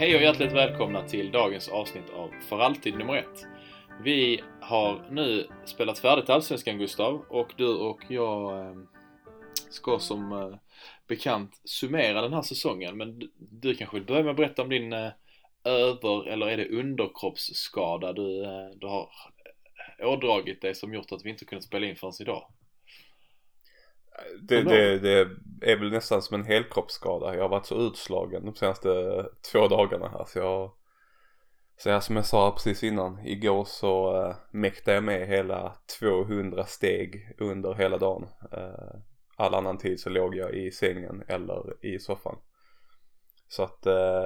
Hej och hjärtligt välkomna till dagens avsnitt av För alltid nummer 1. Vi har nu spelat färdigt Allsvenskan, Gustav, och du och jag ska som bekant summera den här säsongen. Men du kanske vill börja med att berätta om din eller är det underkroppsskada du har ådragit dig som gjort att vi inte kunnat spela in förrän idag? Det är väl nästan som en helkroppsskada. Jag har varit så utslagen de senaste 2 dagarna här. Så som jag sa precis innan, igår så mäktade jag med hela 200 steg under hela dagen. All annan tid så låg jag i sängen eller i soffan. Så att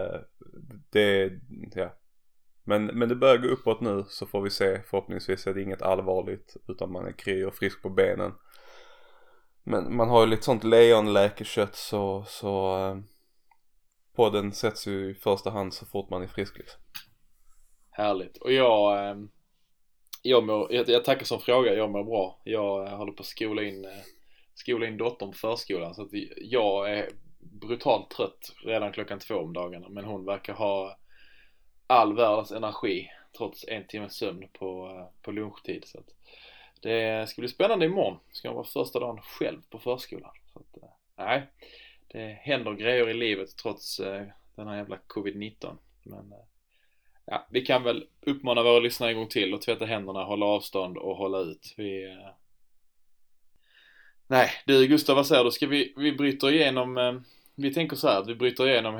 Men det börjar gå uppåt nu, så får vi se. Förhoppningsvis är det inget allvarligt utan man är kry och frisk på benen. Men man har ju lite sånt lejonläkekött så podden sätts ju i första hand så fort man är frisk liksom. Härligt. Och jag tackar som fråga. Jag mår bra. Jag håller på att skola in dottern på förskolan, så att jag är brutalt trött redan 2:00 om dagarna, men hon verkar ha all världens energi trots 1 timmes sömn på lunchtid. Så att det ska bli spännande imorgon. Ska vara första dagen själv på förskolan. Så att, nej, det händer grejer i livet trots den här jävla covid-19. Men ja, vi kan väl uppmana våra lyssnare en gång till och tvätta händerna, hålla avstånd och hålla ut. Nej, du Gustav, vad säger du? Ska vi bryter igenom, vi tänker så här att vi bryter igenom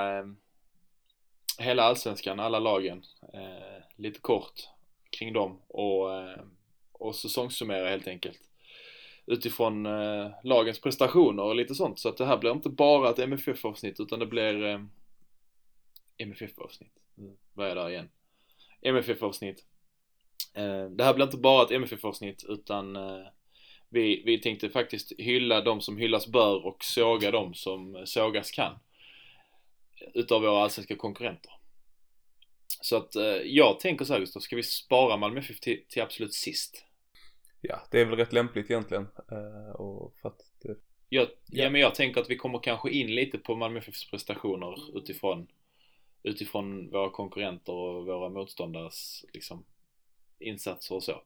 hela Allsvenskan, alla lagen, lite kort kring dem och säsongssummera helt enkelt utifrån lagens prestationer och lite sånt. Så att det här blir inte bara ett MFF-avsnitt utan det blir MFF-avsnitt. Vad är det igen? MFF-avsnitt. Det här blir inte bara ett MFF-avsnitt utan vi tänkte faktiskt hylla de som hyllas bör och såga de som sågas kan utav våra allsvenska konkurrenter. Så att jag tänker så här, Gustav, ska vi spara Malmö FF till absolut sist? Ja, det är väl rätt lämpligt egentligen. Men jag tänker att vi kommer kanske in lite på Malmö FFs prestationer utifrån våra konkurrenter och våra motståndares liksom, insatser och så.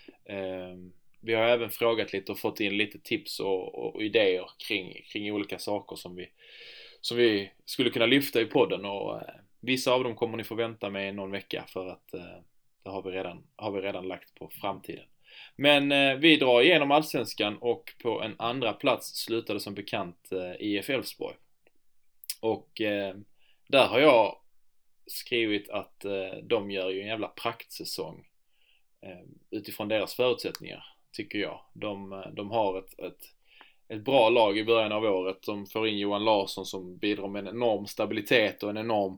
Vi har även frågat lite och fått in lite tips och idéer kring olika saker som vi skulle kunna lyfta i podden, och vissa av dem kommer ni få vänta med någon vecka för att det har vi redan lagt på framtiden. Men vi drar igenom Allsvenskan, och på en andra plats slutade som bekant IF Elfsborg. Och där har jag skrivit att de gör ju en jävla praktsäsong utifrån deras förutsättningar, tycker jag. De har ett bra lag i början av året. De får in Johan Larsson som bidrar med en enorm stabilitet och en enorm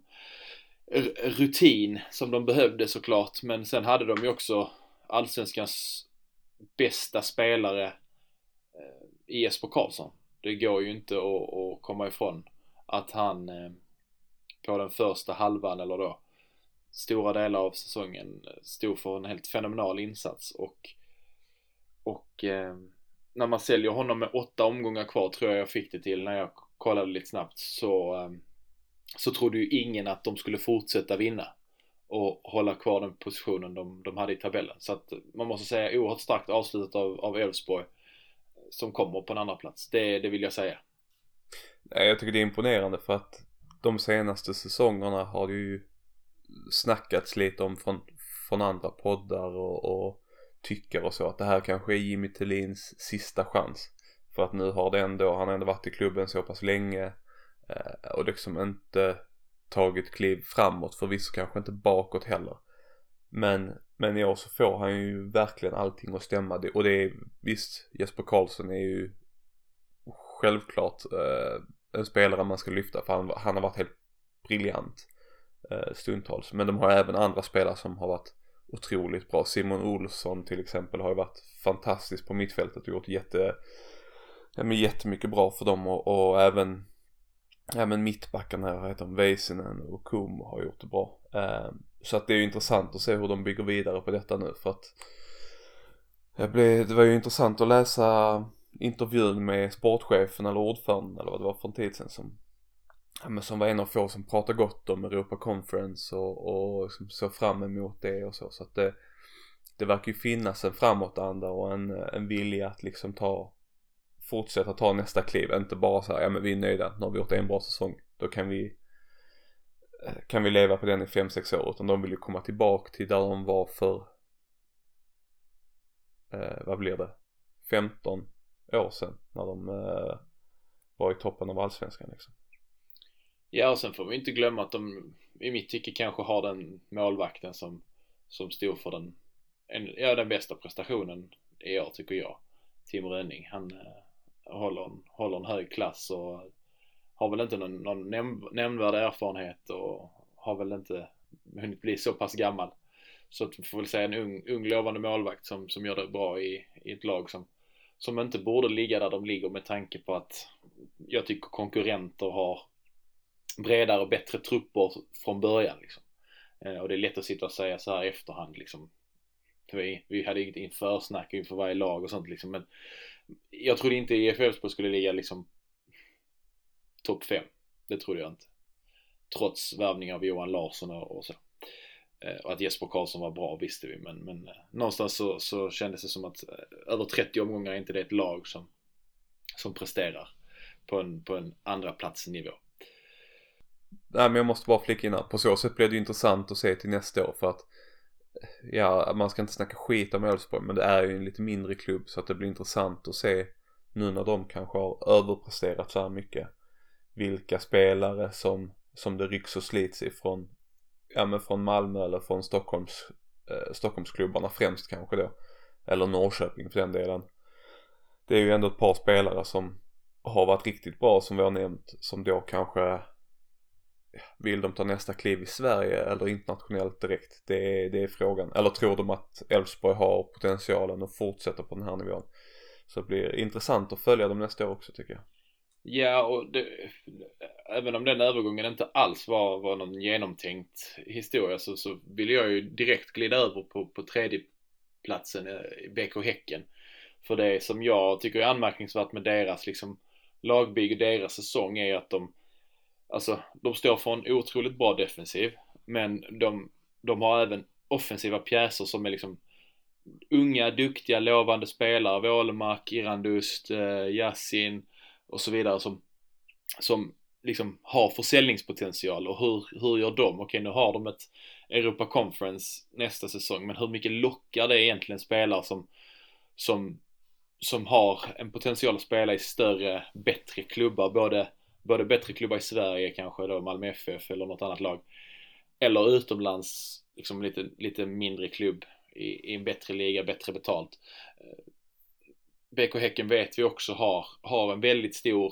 rutin som de behövde såklart. Men sen hade de ju också Allsvenskans bästa spelare i Jesper Karlsson. Det går ju inte att komma ifrån att han på den första halvan eller då stora delar av säsongen stod för en helt fenomenal insats, och när man säljer honom med 8 omgångar kvar, tror jag fick det till när jag kollade lite snabbt, så trodde ju ingen att de skulle fortsätta vinna och hålla kvar den positionen de hade i tabellen. Så att man måste säga oerhört starkt avslutat av Elfsborg som kommer på en andra plats. Det vill jag säga. Nej, jag tycker det är imponerande för att de senaste säsongerna har det ju snackats lite om från andra poddar och tycker och så att det här kanske är Jimmy Tillins sista chans. För att nu har han har ändå varit i klubben så pass länge och liksom inte tagit kliv framåt, förvisso kanske inte bakåt heller. Men i år så får han ju verkligen allting att stämma. Och det är visst, Jesper Karlsson är ju självklart en spelare man ska lyfta, för han har varit helt briljant stundtals. Men de har även andra spelare som har varit otroligt bra. Simon Olsson till exempel har ju varit fantastisk på mittfältet och gjort jättemycket bra för dem, och även mittbackarna här heter de Väisänen och Kumo har gjort det bra. Så att det är ju intressant att se hur de bygger vidare på detta nu, för att det var ju intressant att läsa intervjun med sportchefen eller ordföranden eller vad det var för en tid sedan ja, men som var en av få som pratade gott om Europa Conference och liksom såg fram emot det och så att det verkar ju finnas en framåtanda och en vilja att liksom fortsätta ta nästa kliv, inte bara så här, ja men vi är nöjda, nu har vi gjort en bra säsong, då kan vi leva på den i 5-6 år, utan de vill ju komma tillbaka till där de var för vad blir det, 15 år sedan när de var i toppen av allsvenskan liksom. Ja, och sen får vi inte glömma att de i mitt tycke kanske har den målvakten som stod för den bästa prestationen i år, tycker jag. Tim Rönning, han håller en hög klass och har väl inte någon nämnvärd erfarenhet och har väl inte hunnit bli så pass gammal. Så att vi får väl säga en ung lovande målvakt som gör det bra i ett lag som inte borde ligga där de ligger, med tanke på att jag tycker konkurrenter har bredare och bättre trupper från början liksom. Och det är lätt att sitta och säga så här i efterhand liksom. Vi hade inget införsnack inför varje lag och sånt liksom, men jag trodde inte IF Elfsborg skulle ligga liksom topp 5. Det trodde jag inte. Trots värvning av Johan Larsson och så. Och att Jesper Karlsson var bra visste vi, men någonstans så kändes det som att över 30 omgångar är inte det ett lag som presterar på en andra platsnivå. Nej, men jag måste bara flika in här. På så sätt blir det ju intressant att se till nästa år, för att ja, man ska inte snacka skit om Elfsborg, men det är ju en lite mindre klubb, så att det blir intressant att se nu när de kanske har överpresterat så här mycket, vilka spelare som det rycks och slits ifrån, ja men från Malmö eller från Stockholmsklubbarna främst kanske då, eller Norrköping för den delen. Det är ju ändå ett par spelare som har varit riktigt bra, som vi har nämnt, som då kanske vill de ta nästa kliv i Sverige eller internationellt direkt. Det är frågan. Eller tror de att Elfsborg har potentialen att fortsätta på den här nivån? Så det blir intressant att följa dem nästa år också, tycker jag. Ja, och även om den övergången inte alls var någon genomtänkt historia, så vill jag ju direkt glida över på tredje platsen i BK Häcken. För det som jag tycker är anmärkningsvärt med deras liksom lagbygge, deras säsong, är att de står för en otroligt bra defensiv, men de har även offensiva pjäser som är liksom unga, duktiga, lovande spelare. Wålemark, Irandust, Yassin och så vidare som liksom har försäljningspotential. Och hur gör de? Okej, nu har de ett Europa Conference nästa säsong, men hur mycket lockar det egentligen spelare som har en potential att spela i större, bättre klubbar, både bättre klubbar i Sverige, kanske då Malmö FF eller något annat lag, eller utomlands, liksom lite mindre klubb i en bättre liga, bättre betalt. BK Häcken vet vi också har en väldigt stor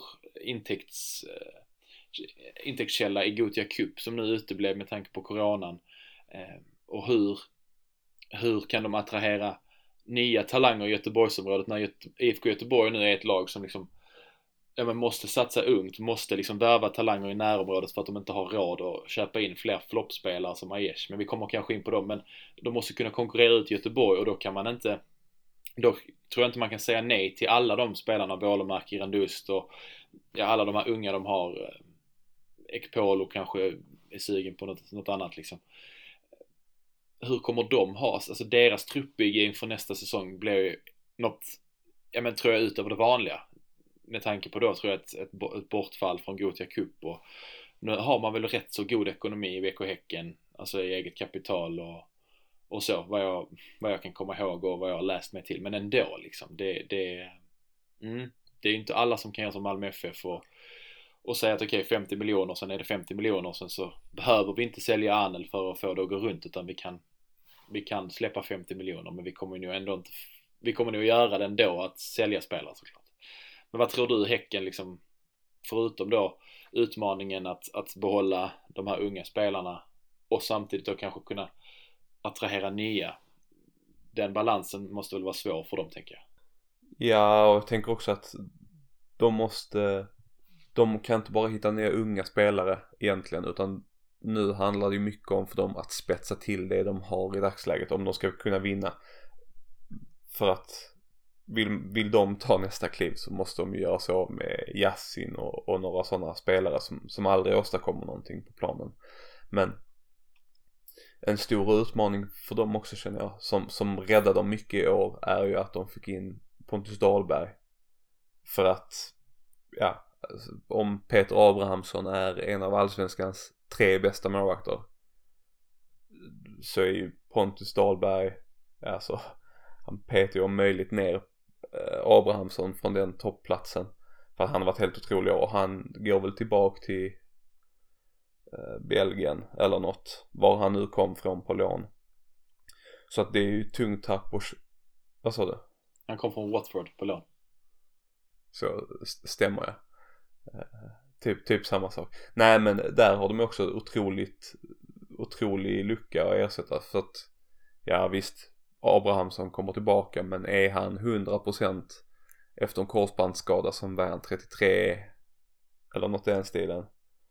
intäktskälla i Gothia Cup, som nu uteblev med tanke på coronan. Och hur kan de attrahera nya talanger i Göteborgsområdet när IFK Göteborg nu är ett lag som liksom, ja, man måste satsa ungt, måste liksom värva talanger i närområdet för att de inte har råd att köpa in fler floppspelare som Aiesh. Men vi kommer kanske in på dem, men de måste kunna konkurrera ut Göteborg, och då tror jag inte man kan säga nej till alla de spelarna, Wålemark, Irandust och ja, alla de här unga de har. Ekpolo kanske är sugen på något annat liksom. Hur kommer de ha? Alltså deras truppbygge inför nästa säsong blir ju något, ja men tror jag, utöver det vanliga. Med tanke på då tror jag ett bortfall från Gothia Cup, och nu har man väl rätt så god ekonomi i BK Häcken, alltså i eget kapital och så, vad jag kan komma ihåg och vad jag har läst mig till, men ändå liksom, det är ju inte alla som kan göra som Malmö FF och säga att okej, 50 miljoner, sen är det 50 miljoner, sen så behöver vi inte sälja Arnel för att få det att gå runt, utan vi kan släppa 50 miljoner, men vi kommer nog göra det ändå, att sälja spelare såklart. Men vad tror du Häcken liksom, förutom då utmaningen att behålla de här unga spelarna och samtidigt då kanske kunna attrahera nya, den balansen måste väl vara svår för dem, tänker jag. Ja, och jag tänker också att de kan inte bara hitta nya unga spelare egentligen, utan nu handlar det ju mycket om för dem att spetsa till det de har i dagsläget om de ska kunna vinna. För att vill de ta nästa kliv så måste de göra så med Yassin och några sådana spelare som aldrig åstadkommer någonting på planen. Men en stor utmaning för dem också, känner jag, som räddade dem mycket i år, är ju att de fick in Pontus Dahlberg. För att om Peter Abrahamsson är en av allsvenskans 3 bästa målvakter, så är ju Pontus Dahlberg, alltså han petar ju om möjligt ner Abrahamsson från den toppplatsen, för att han har varit helt otrolig, och han går väl tillbaka till Belgien eller något, var han nu kom från på lån. Så att det är ju tungt tapp. Och vad sa du? Han kom från Watford på lån. Så stämmer jag. Typ samma sak. Nej, men där har de också otrolig lucka att ersätta, för att ja visst, Abrahamsson kommer tillbaka, men är han 100% efter en korsbandsskada som var han 33 eller något i den stilen,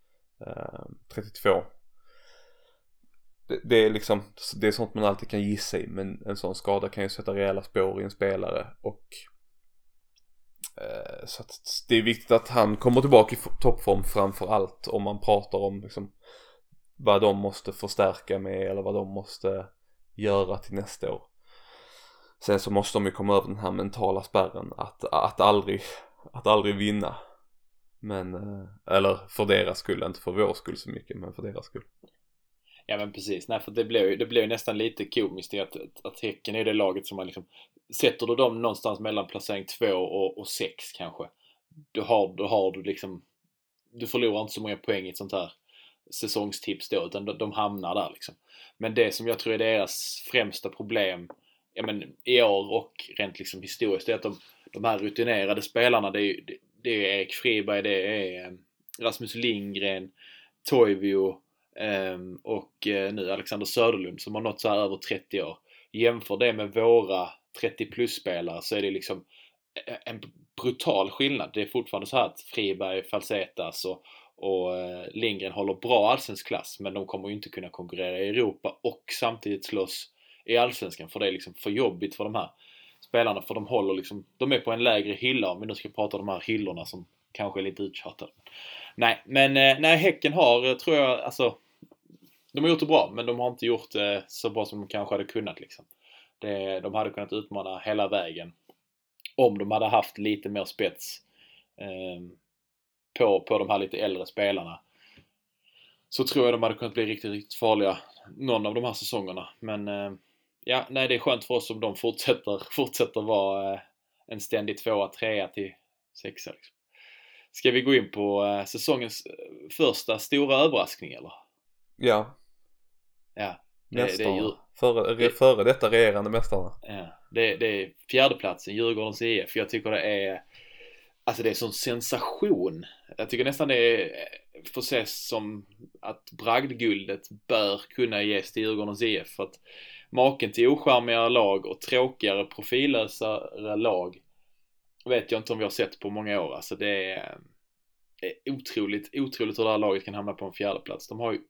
32. Det är liksom, det är sånt man alltid kan gissa i, men en sån skada kan ju sätta rejäla spår i en spelare, och så att det är viktigt att han kommer tillbaka i toppform, framför allt om man pratar om liksom vad de måste förstärka med eller vad de måste göra till nästa år. Sen så måste de ju komma över den här mentala spärren att aldrig vinna. Men eller för deras skull, inte för vår skull så mycket, men för deras skull. Ja, men precis. Nej, för det blev ju nästan lite komiskt att Häcken är det laget som man liksom, sätter du dem någonstans mellan placering 2 och 6 kanske, då har du liksom, du förlorar inte så många poäng i ett sånt här säsongstips då, utan de hamnar där liksom. Men det som jag tror är deras främsta problem, ja, men i år och rent liksom historiskt, är att de här rutinerade spelarna, det är Erik Friberg, det är Rasmus Lindgren, Toivio och nu Alexander Söderlund, som har nått så här över 30 år. Jämför det med våra 30 plus spelare, så är det liksom en brutal skillnad. Det är fortfarande så här att Friberg, Falsetas och Lindgren håller bra allsvensk klass, men de kommer ju inte kunna konkurrera i Europa och samtidigt slåss i allsvenskan, för det är liksom för jobbigt för de här spelarna, för de håller liksom, de är på en lägre hylla, om vi nu ska prata om de här hyllorna som kanske är lite uttjatade. Nej, Häcken har, tror jag, alltså de har gjort det bra, men de har inte gjort det så bra som de kanske hade kunnat liksom. De hade kunnat utmana hela vägen om de hade haft lite mer spets på de här lite äldre spelarna. Så tror jag de hade kunnat bli riktigt, riktigt farliga någon av de här säsongerna. Men ja, nej, det är skönt för oss om de fortsätter vara en ständig 2, 3 till 6 liksom. Ska vi gå in på säsongens första stora överraskning, eller? Ja. Ja. Före detta regerande mästarna. Ja, det är fjärdeplatsen, Djurgårdens IF. Jag tycker det är, alltså det är sån sensation. Jag tycker nästan det får ses som att bragdguldet bör kunna ges till Djurgårdens IF. För att maken till ocharmigare lag och tråkigare profillösare lag vet jag inte om vi har sett på många år. Alltså det är otroligt hur det här laget kan hamna på en fjärdeplats. De har ju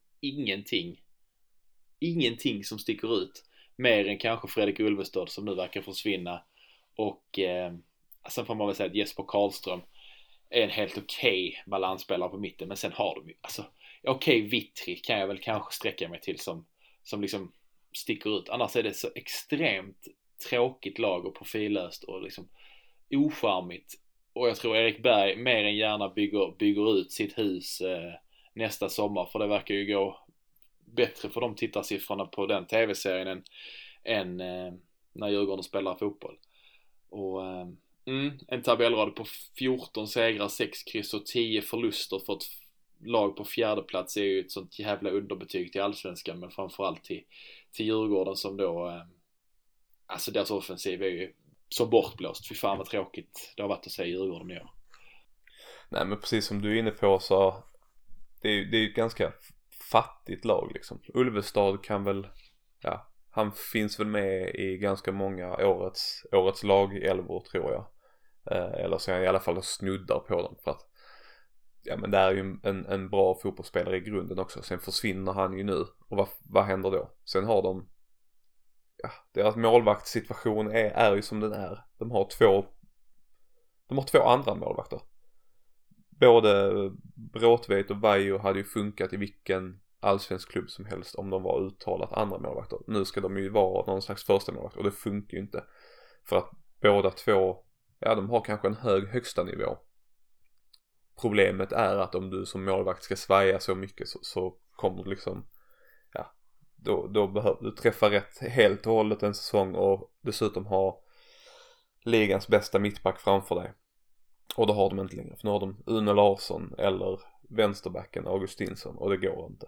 ingenting som sticker ut, mer än kanske Fredrik Ulvestad som nu verkar försvinna, och sen får man väl säga att Jesper Karlström är en helt okej balansspelare på mitten, men sen har de ju, alltså okej, Vittri kan jag väl kanske sträcka mig till som liksom sticker ut. Annars är det så extremt tråkigt lag och profillöst och liksom ocharmigt. Och jag tror Erik Berg mer än gärna bygger ut sitt hus nästa sommar, för det verkar ju gå bättre för de tittarsiffrorna på den tv-serien än när Djurgården spelar fotboll. Och en tabellrad på 14 segrar, 6 kryss och 10 förluster för ett lag på fjärde plats är ju ett sånt jävla underbetyg till allsvenskan, men framförallt till Djurgården, som då alltså deras offensiv är ju så bortblåst. Fy fan vad tråkigt det har varit att se Djurgården i år. Nej, men precis som du är inne på, så det är ju ett ganska fattigt lag liksom. Ulvestad kan väl, ja, han finns väl med i ganska många årets lagelvor, tror jag. Eller så är han i alla fall snuddar på dem, för att ja, men det är ju en bra fotbollsspelare i grunden också. Sen försvinner han ju nu, och vad händer då? Sen har de deras målvaktssituation är ju som den är. De har två andra målvakter. Både Bråtveit och Vaiho hade ju funkat i vilken allsvensk klubb som helst om de var uttalat andra målvakter. Nu ska de ju vara någon slags första målvakt och det funkar ju inte. För att båda två, de har kanske en hög högsta nivå. Problemet är att om du som målvakt ska svaja så mycket så kommer du liksom, då behöver du träffa rätt helt och hållet en säsong och dessutom ha ligans bästa mittback framför dig. Och det har de inte längre, för nu har de Une Larsson eller vänsterbacken Augustinsson och det går inte.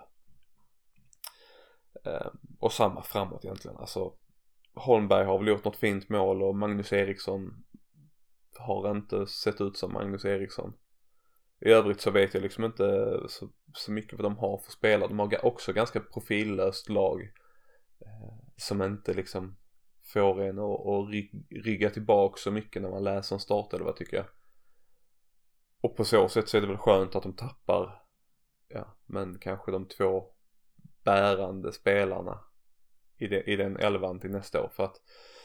Och samma framåt egentligen. Alltså Holmberg har väl gjort något fint mål och Magnus Eriksson har inte sett ut som Magnus Eriksson. I övrigt så vet jag liksom inte så mycket vad de har för spelare. De har också ganska profillöst lag som inte liksom får en att rygga tillbaka så mycket när man läser en start eller vad tycker jag. Och på så sätt så är det väl skönt att de tappar men kanske de två bärande spelarna i den elvan till nästa år, för att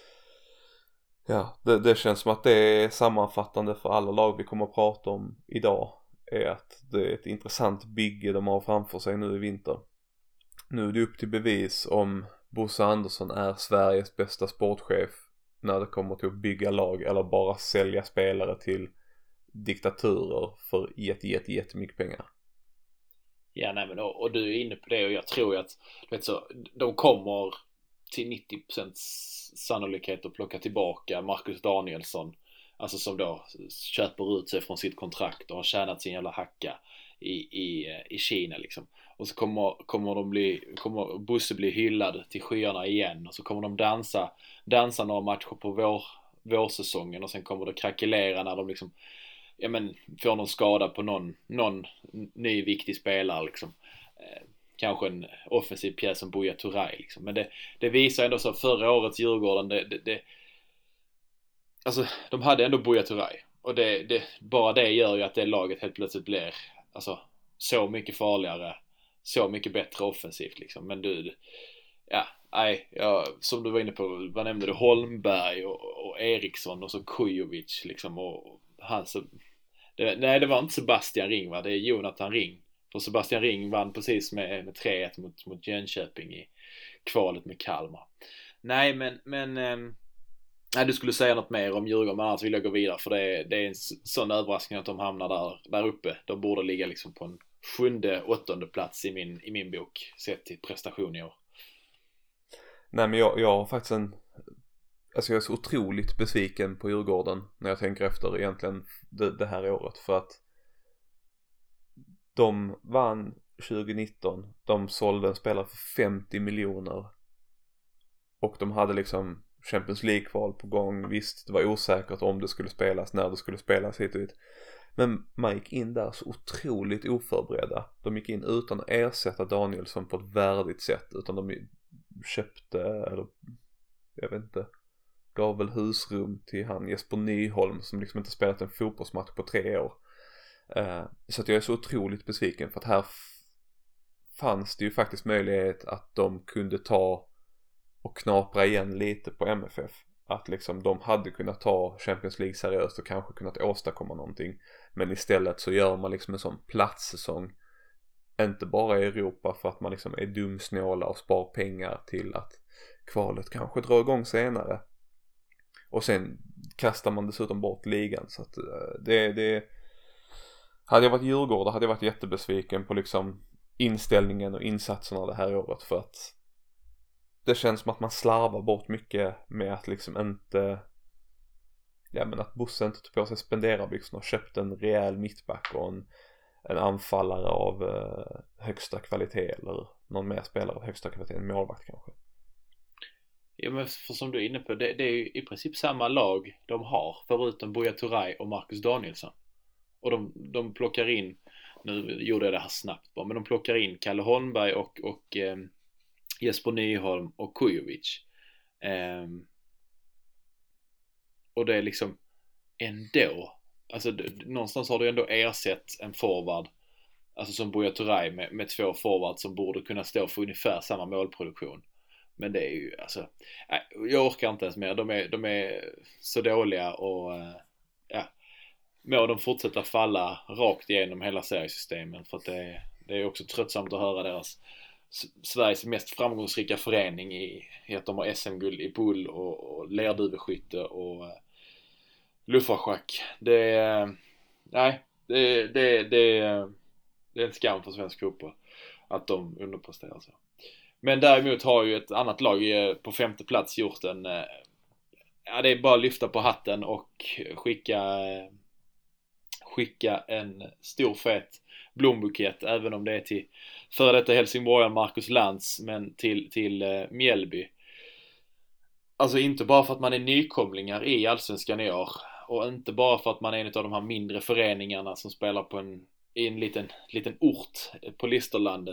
det känns som att det är sammanfattande för alla lag vi kommer att prata om idag, är att det är ett intressant bygge de har framför sig nu i vinter. Nu är det upp till bevis om Bosse Andersson är Sveriges bästa sportchef när det kommer till att bygga lag eller bara sälja spelare till diktaturer för jättemycket pengar. Ja, nej men och du är inne på det, och jag tror ju att de kommer till 90% sannolikhet att plocka tillbaka Marcus Danielsson, alltså som då köper ut sig från sitt kontrakt och har tjänat sin jävla hacka i Kina liksom. Och så kommer Bosse bli hyllad till skyarna igen, och så kommer de dansa några matcher på vårsäsongen, och sen kommer det krackelera när de liksom får någon skada på någon ny viktig spelare liksom. Kanske en offensiv pjäs som Buya Turay liksom. Men det visar ändå så, förra årets Djurgården alltså de hade ändå Buya Turay, och bara det gör ju att det laget helt plötsligt blir alltså så mycket farligare, så mycket bättre offensivt liksom. Men som du var inne på, vad nämnde du, Holmberg och Eriksson och så Kujovic liksom, och han så det var inte Sebastian Ring, va? Det är Jonathan Ring. För Sebastian Ring vann precis med 3-1 mot Jönköping i kvalet med Kalmar. Nej, men du skulle säga något mer om Djurgården, men annars vill jag gå vidare, för det är en sån överraskning att de hamnar där uppe. De borde ligga liksom på en 7:e-8:e plats i min bok, sett till prestation i år. Nej, men jag har faktiskt jag är så otroligt besviken på Djurgården när jag tänker efter egentligen det här året, för att de vann 2019, de sålde en spelare för 50 miljoner och de hade liksom Champions League-kval på gång. Visst, det var osäkert om det skulle spelas, när det skulle spelas hit och dit. Men man gick in där så otroligt oförberedda. De gick in utan att ersätta Danielsson på ett värdigt sätt, utan de köpte, eller jag vet inte, gav väl husrum till han Jesper Nyholm som liksom inte spelat en fotbollsmatch på 3 år. Så att jag är så otroligt besviken, för att här fanns det ju faktiskt möjlighet att de kunde ta och knapra igen lite på MFF. Att liksom de hade kunnat ta Champions League seriöst och kanske kunnat åstadkomma någonting. Men istället så gör man liksom en sån platssäsong, inte bara i Europa för att man liksom är dumsnåla och spar pengar till att kvalet kanske drar igång senare. Och sen kastar man dessutom bort ligan. Så att det hade jag varit Djurgården hade jag varit jättebesviken på liksom inställningen och insatserna det här året, för att det känns som att man slarvar bort mycket med att liksom inte, men att Bosse inte tog på sig spenderarbyxorna och köpte en rejäl mittback och en anfallare av högsta kvalitet, eller någon mer spelare av högsta kvalitet, en målvakt kanske. Ja, men för som du är inne på, det är ju i princip samma lag de har, förutom Buya Turay och Marcus Danielsson. Och de plockar in, nu gjorde jag det här snabbt bara, men de plockar in Kalle Holmberg och Jesper Nyholm och Kujovic. Och det är liksom ändå, alltså någonstans har du ändå ersatt en forward, alltså som Buya Turay med 2 forwards som borde kunna stå för ungefär samma målproduktion. Men det är ju alltså, nej, jag orkar inte ens mer. De är så dåliga och ja, må de fortsätta falla rakt igenom hela seriesystemen, för att det är också tröttsamt att höra deras Sveriges mest framgångsrika förening i att de har SM-guld i boll och lerduveskytte och luffarschack. Det är en skam för svensk fotboll att de underpresterar så. Men däremot har ju ett annat lag på 5:e plats gjort det är bara att lyfta på hatten och skicka en stor fet blombukett, även om det är till före detta Helsingborgaren Marcus Lantz, men till Mjällby. Alltså inte bara för att man är nykomlingar i Allsvenskan i år, och inte bara för att man är en av de här mindre föreningarna som spelar i en liten ort på Listerlandet,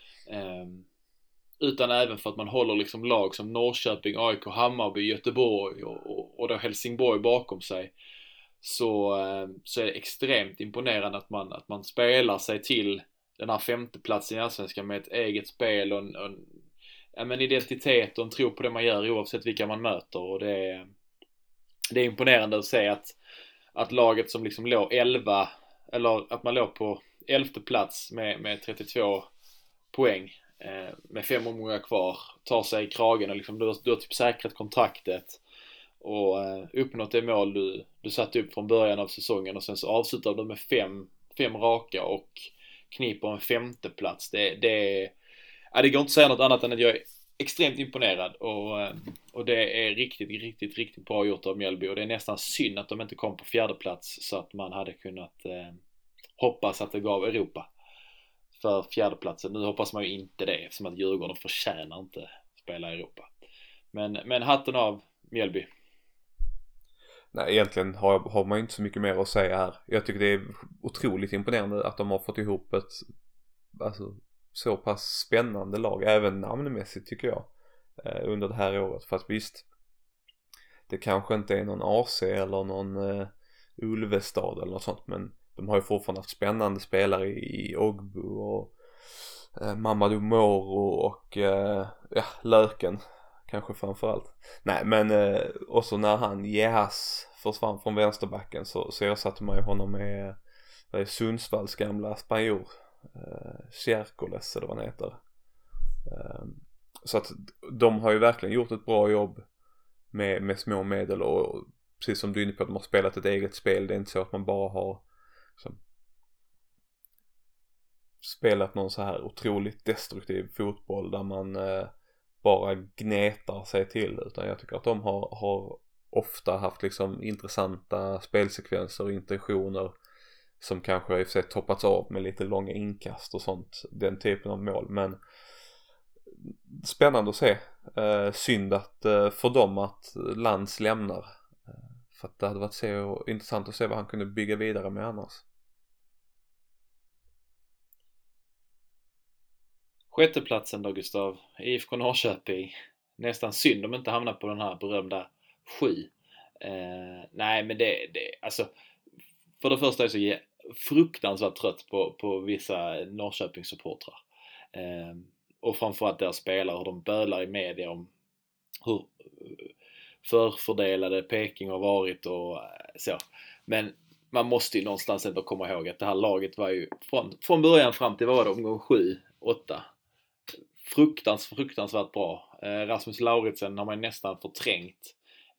utan även för att man håller liksom lag som Norrköping, AIK, Hammarby, Göteborg och då Helsingborg bakom sig. Så är det extremt imponerande att man spelar sig till den här 5:e platsen i Allsvenskan med ett eget spel och en identitet och en tro på det man gör oavsett vilka man möter. Och det är imponerande att se att laget som liksom låg 11, eller att man låg på 11:e plats med 32 poäng med 5 omgångar kvar, tar sig i kragen och liksom du har typ säkrat kontraktet och uppnått det mål du satte upp från början av säsongen, och sen så avslutar du med fem raka och kniper en 5:e plats. Det går inte att säga något annat än att jag är extremt imponerad, och det är riktigt bra gjort av Mjällby, och det är nästan synd att de inte kom på 4:e plats så att man hade kunnat hoppas att det gav Europa för 4:e platsen. Nu hoppas man ju inte det, eftersom att Djurgården förtjänar inte spela i Europa. Men hatten av Mjällby. Nej, egentligen har man inte så mycket mer att säga här. Jag tycker det är otroligt imponerande att de har fått ihop ett så pass spännande lag, även namnmässigt tycker jag, under det här året. För att visst, det kanske inte är någon AC eller någon Ulvestad eller något sånt, men de har ju fortfarande haft spännande spelare i Ogbu och Mamadou Moro och Löken kanske framförallt. Nej, men också när han Jehas försvann från vänsterbacken så ersatte man ju honom med Sundsvalls gamla spanjor, Ciercoles eller vad han heter. Så att de har ju verkligen gjort ett bra jobb med små medel, och precis som du är inne på, att de har spelat ett eget spel. Det är inte så att man bara har spelat någon så här otroligt destruktiv fotboll där man bara gnetar sig till, utan jag tycker att de har ofta haft liksom intressanta spelsekvenser och intentioner som kanske i och för sig toppats av med lite långa inkast och sånt, den typen av mål. Men spännande att se. Synd att för dem att Lantz lämnar, för att det hade varit intressant att se vad han kunde bygga vidare med annars. 6:e platsen då, Gustav, IFK Norrköping. Nästan synd om inte hamnar på den här berömda 7. Nej, men det alltså, för det första är jag så fruktansvärt trött på vissa Norrköpingssupportrar. Och framförallt deras spelare, hur de bölar i media om hur förfördelade Peking har varit och så. Men man måste ju någonstans ändå komma ihåg att det här laget var ju från början fram till omgång 7-8 fruktansvärt bra. Rasmus Lauritsen har man nästan förträngt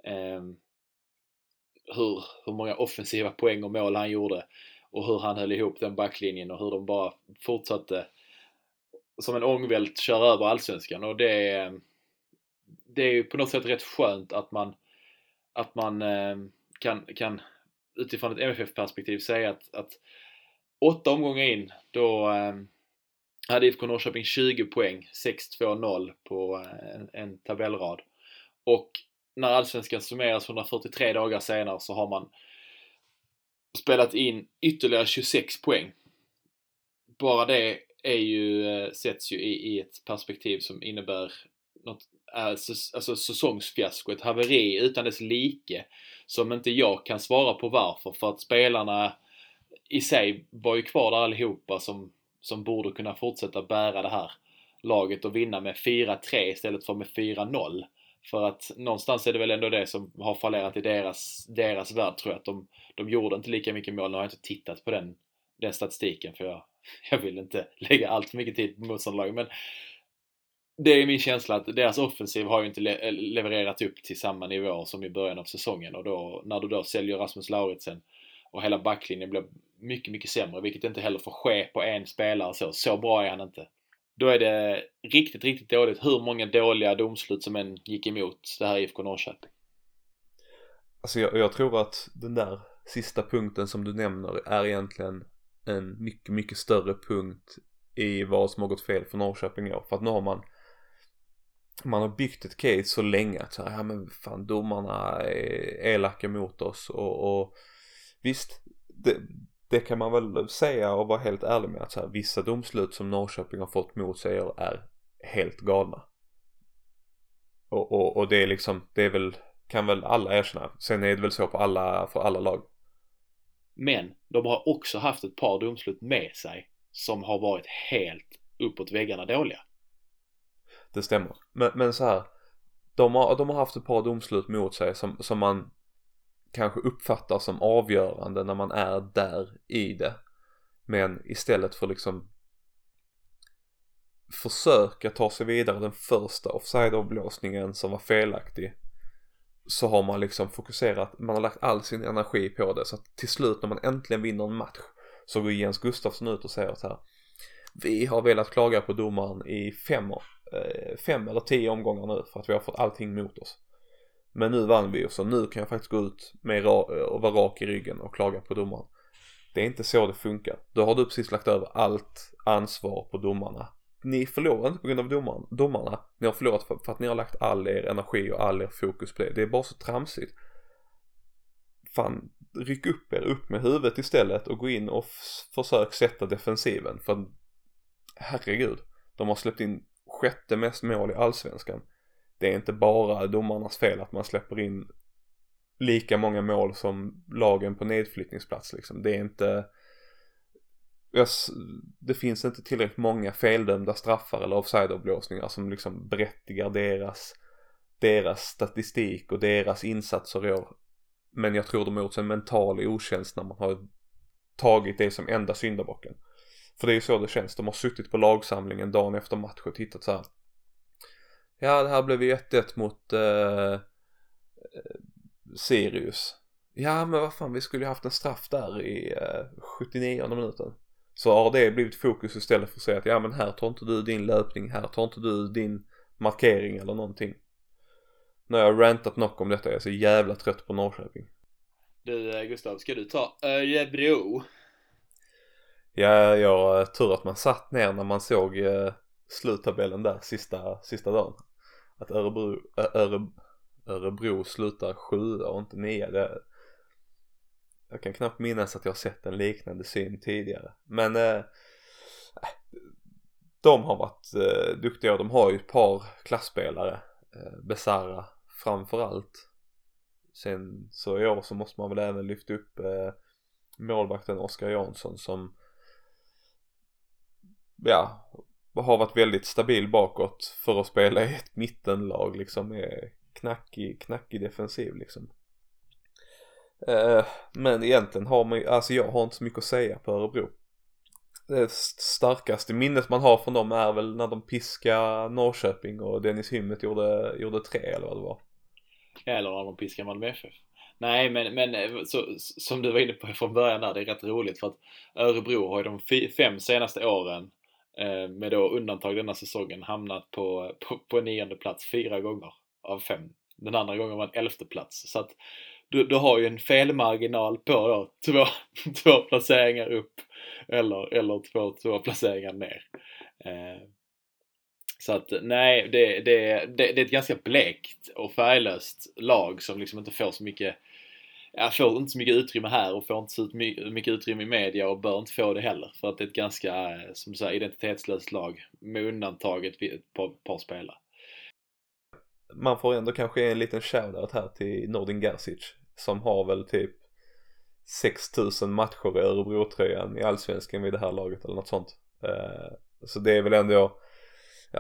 hur många offensiva poäng och mål han gjorde, och hur han höll ihop den backlinjen, och hur de bara fortsatte som en ångvält köra över Allsvenskan. Och det är ju på något sätt rätt skönt att man kan utifrån ett MFF-perspektiv säga att 8 omgångar in då hade IFK Norrköping 20 poäng, 6-2-0 på en tabellrad. Och när Allsvenskan summeras 143 dagar senare så har man spelat in ytterligare 26 poäng. Bara det är ju, sätts ju i ett perspektiv som innebär något, alltså säsongsfiasko, ett haveri utan dess like, som inte jag kan svara på varför, för att spelarna i sig var ju kvar där allihopa som borde kunna fortsätta bära det här. laget att vinna med 4-3 istället för med 4-0. För att någonstans är det väl ändå det som har fallerat i deras värld, tror jag. Att de gjorde inte lika mycket mål. Nu har jag inte tittat på den statistiken, för jag vill inte lägga allt för mycket tid på motståndarlaget. Men det är min känsla att deras offensiv har ju inte levererat upp till samma nivå som i början av säsongen. Och då, när du då säljer Rasmus Lauritsen och hela backlinjen blir mycket, mycket sämre, vilket inte heller får ske på en spelare. Så bra är han inte. Då är det riktigt, riktigt dåligt hur många dåliga domslut som än gick emot det här IFK Norrköping. Alltså jag tror att den där sista punkten som du nämner är egentligen en mycket, mycket större punkt i vad som har gått fel för Norrköping i år. För att nu har man har byggt ett case så länge att så här, ja men fan, domarna är elaka mot oss och visst, det kan man väl säga och vara helt ärlig med att så här, vissa domslut som Norrköping har fått mot sig är helt galna. Och det är liksom, det är väl, kan väl alla erkänna. Sen är det väl så för alla lag. Men de har också haft ett par domslut med sig som har varit helt uppåt väggarna dåliga. Det stämmer. Men så här, de har haft ett par domslut mot sig som man kanske uppfattar som avgörande när man är där i det. Men istället för liksom försöka ta sig vidare den första offside-avblåsningen som var felaktig, så har man liksom fokuserat, man har lagt all sin energi på det, så att till slut när man äntligen vinner en match så går Jens Gustafsson ut och säger så här: vi har velat klaga på domaren i 5 eller 10 omgångar nu för att vi har fått allting mot oss. Men nu vann vi, och så nu kan jag faktiskt gå ut med och vara rak i ryggen och klaga på domaren. Det är inte så det funkar. Då har du precis lagt över allt ansvar på domarna. Ni förlorar inte på grund av domarna. Ni har förlorat för att ni har lagt all er energi och all er fokus på det. Det är bara så tramsigt. Fan, ryck upp med huvudet istället och gå in och försök sätta defensiven. För herregud, de har släppt in 6:e mest mål i allsvenskan. Det är inte bara domarnas fel att man släpper in lika många mål som lagen på nedflyttningsplats liksom. Det är inte, det finns inte tillräckligt många feldömda straffar eller offside-avblåsningar som liksom berättigar deras statistik och deras insatser i år. Men jag tror de har gjort en mental otjänst när man har tagit det som enda syndabocken. För det är ju så det känns. De har suttit på lagsamlingen dagen efter match och tittat så här: ja, det här blev ju 1-1 mot Sirius. Ja, men vad fan, vi skulle ju haft en straff där i 79:e minuten. Så har det blivit fokus istället för att säga att ja, men här tar inte du din löpning, här tar inte du din markering eller någonting. När jag har rantat nog om detta är jag så jävla trött på Norrköping. Du Gustav, ska du ta Örebro? Ja, jag tur att man satt ner när man såg sluttabellen där sista dagen. Att Örebro slutar 7 och inte 9. Jag kan knappt minnas att jag har sett en liknande syn tidigare. Men de har varit duktiga. De har ju ett par klassspelare. Besara framförallt. Sen så i år så måste man väl även lyfta upp målvakten Oskar Jansson som har varit väldigt stabil bakåt för att spela i ett mittenlag liksom, med knackig defensiv liksom. Men egentligen har man, alltså jag har inte så mycket att säga på Örebro. Det starkaste minnet man har från dem är väl när de piskade Norrköping och Dennis Hymmet gjorde 3 eller vad det var. Eller när de piskade Malmö FF. Nej, men så, som du var inne på från början där, det är rätt roligt för att Örebro har ju de 5 senaste åren med då undantag denna säsongen hamnat på 9:e plats 4 gånger av 5. Den andra gången var en 11:e plats. Så att du har ju en felmarginal på då, två placeringar upp eller två placeringar ner. Så att nej, det är ett ganska blekt och färglöst lag som liksom inte får så mycket, får inte så mycket utrymme här och får inte så mycket utrymme i media och bör inte få det heller, för att det är ett ganska, som så här, identitetslöst lag med undantaget ett par spelare. Man får ändå kanske en liten shoutout här till Nordin Gerzic som har väl typ 6000 matcher i Örebro-tröjan i allsvenskan vid det här laget eller något sånt. Så det är väl ändå,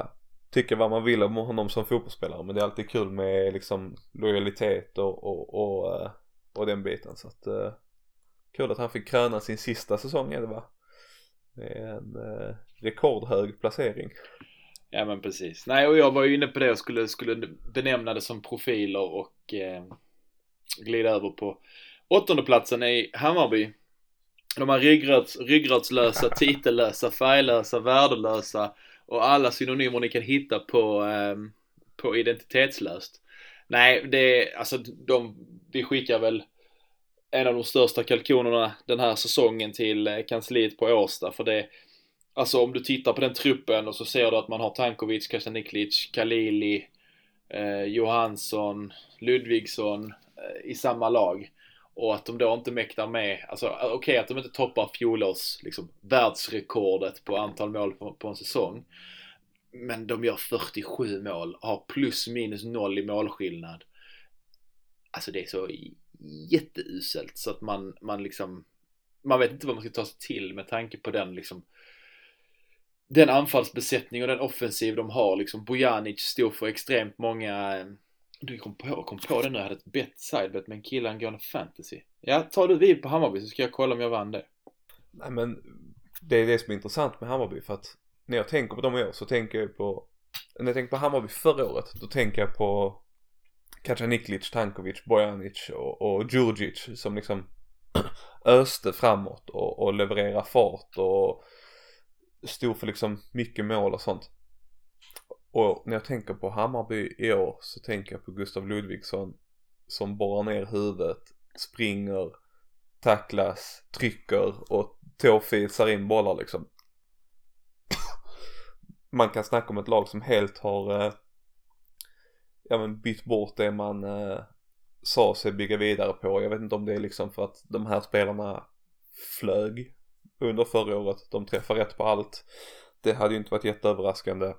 tycka vad man vill om honom som fotbollsspelare, men det är alltid kul med liksom lojalitet och den biten, så att kul att han fick kröna sin sista säsong, är det va? Det är en rekordhög placering. Ja men precis. Nej, och jag var ju inne på det och skulle benämna det som profiler och glida över på 8:e platsen i Hammarby. De här ryggradslösa, titellösa, färglösa, värdelösa och alla synonymer ni kan hitta på identitetslöst. Nej, det är, alltså vi skickar väl en av de största kalkonerna den här säsongen till kansliet på Årsta, för det, alltså om du tittar på den truppen och så ser du att man har Tankovic, Kasaniklic, Kalili, Johansson, Ludvigsson i samma lag, och att de då inte mäktar med, alltså okej, att de inte toppar fjolårs liksom världsrekordet på antal mål på en säsong, men de gör 47 mål, har plus minus 0 i målskillnad. Alltså det är så jätteuselt så att man liksom, man vet inte vad man ska ta sig till med tanke på den liksom, den anfallsbesättning och den offensiv de har liksom. Bojanic stod för extremt många. Du kom på det nu, jag hade ett sidebet med en kille angående fantasy. Ja, tar du vid på Hammarby så ska jag kolla om jag vann det. Nej, men det är det som är intressant med Hammarby, för att när jag tänker på dem i år så tänker jag på, när jag tänker på Hammarby förra året, då tänker jag på Kacaniklic, Tankovic, Bojanic och Djurdjic som liksom öste framåt och levererar fart och stod för liksom mycket mål och sånt. Och när jag tänker på Hammarby i år så tänker jag på Gustav Ludvigsson som borrar ner huvudet, springer, tacklas, trycker och tåfisar in bollar liksom. Man kan snacka om ett lag som helt har bytt bort det man sa sig bygga vidare på. Jag vet inte om det är liksom för att de här spelarna flög under förra året. De träffar rätt på allt. Det hade ju inte varit jätteöverraskande.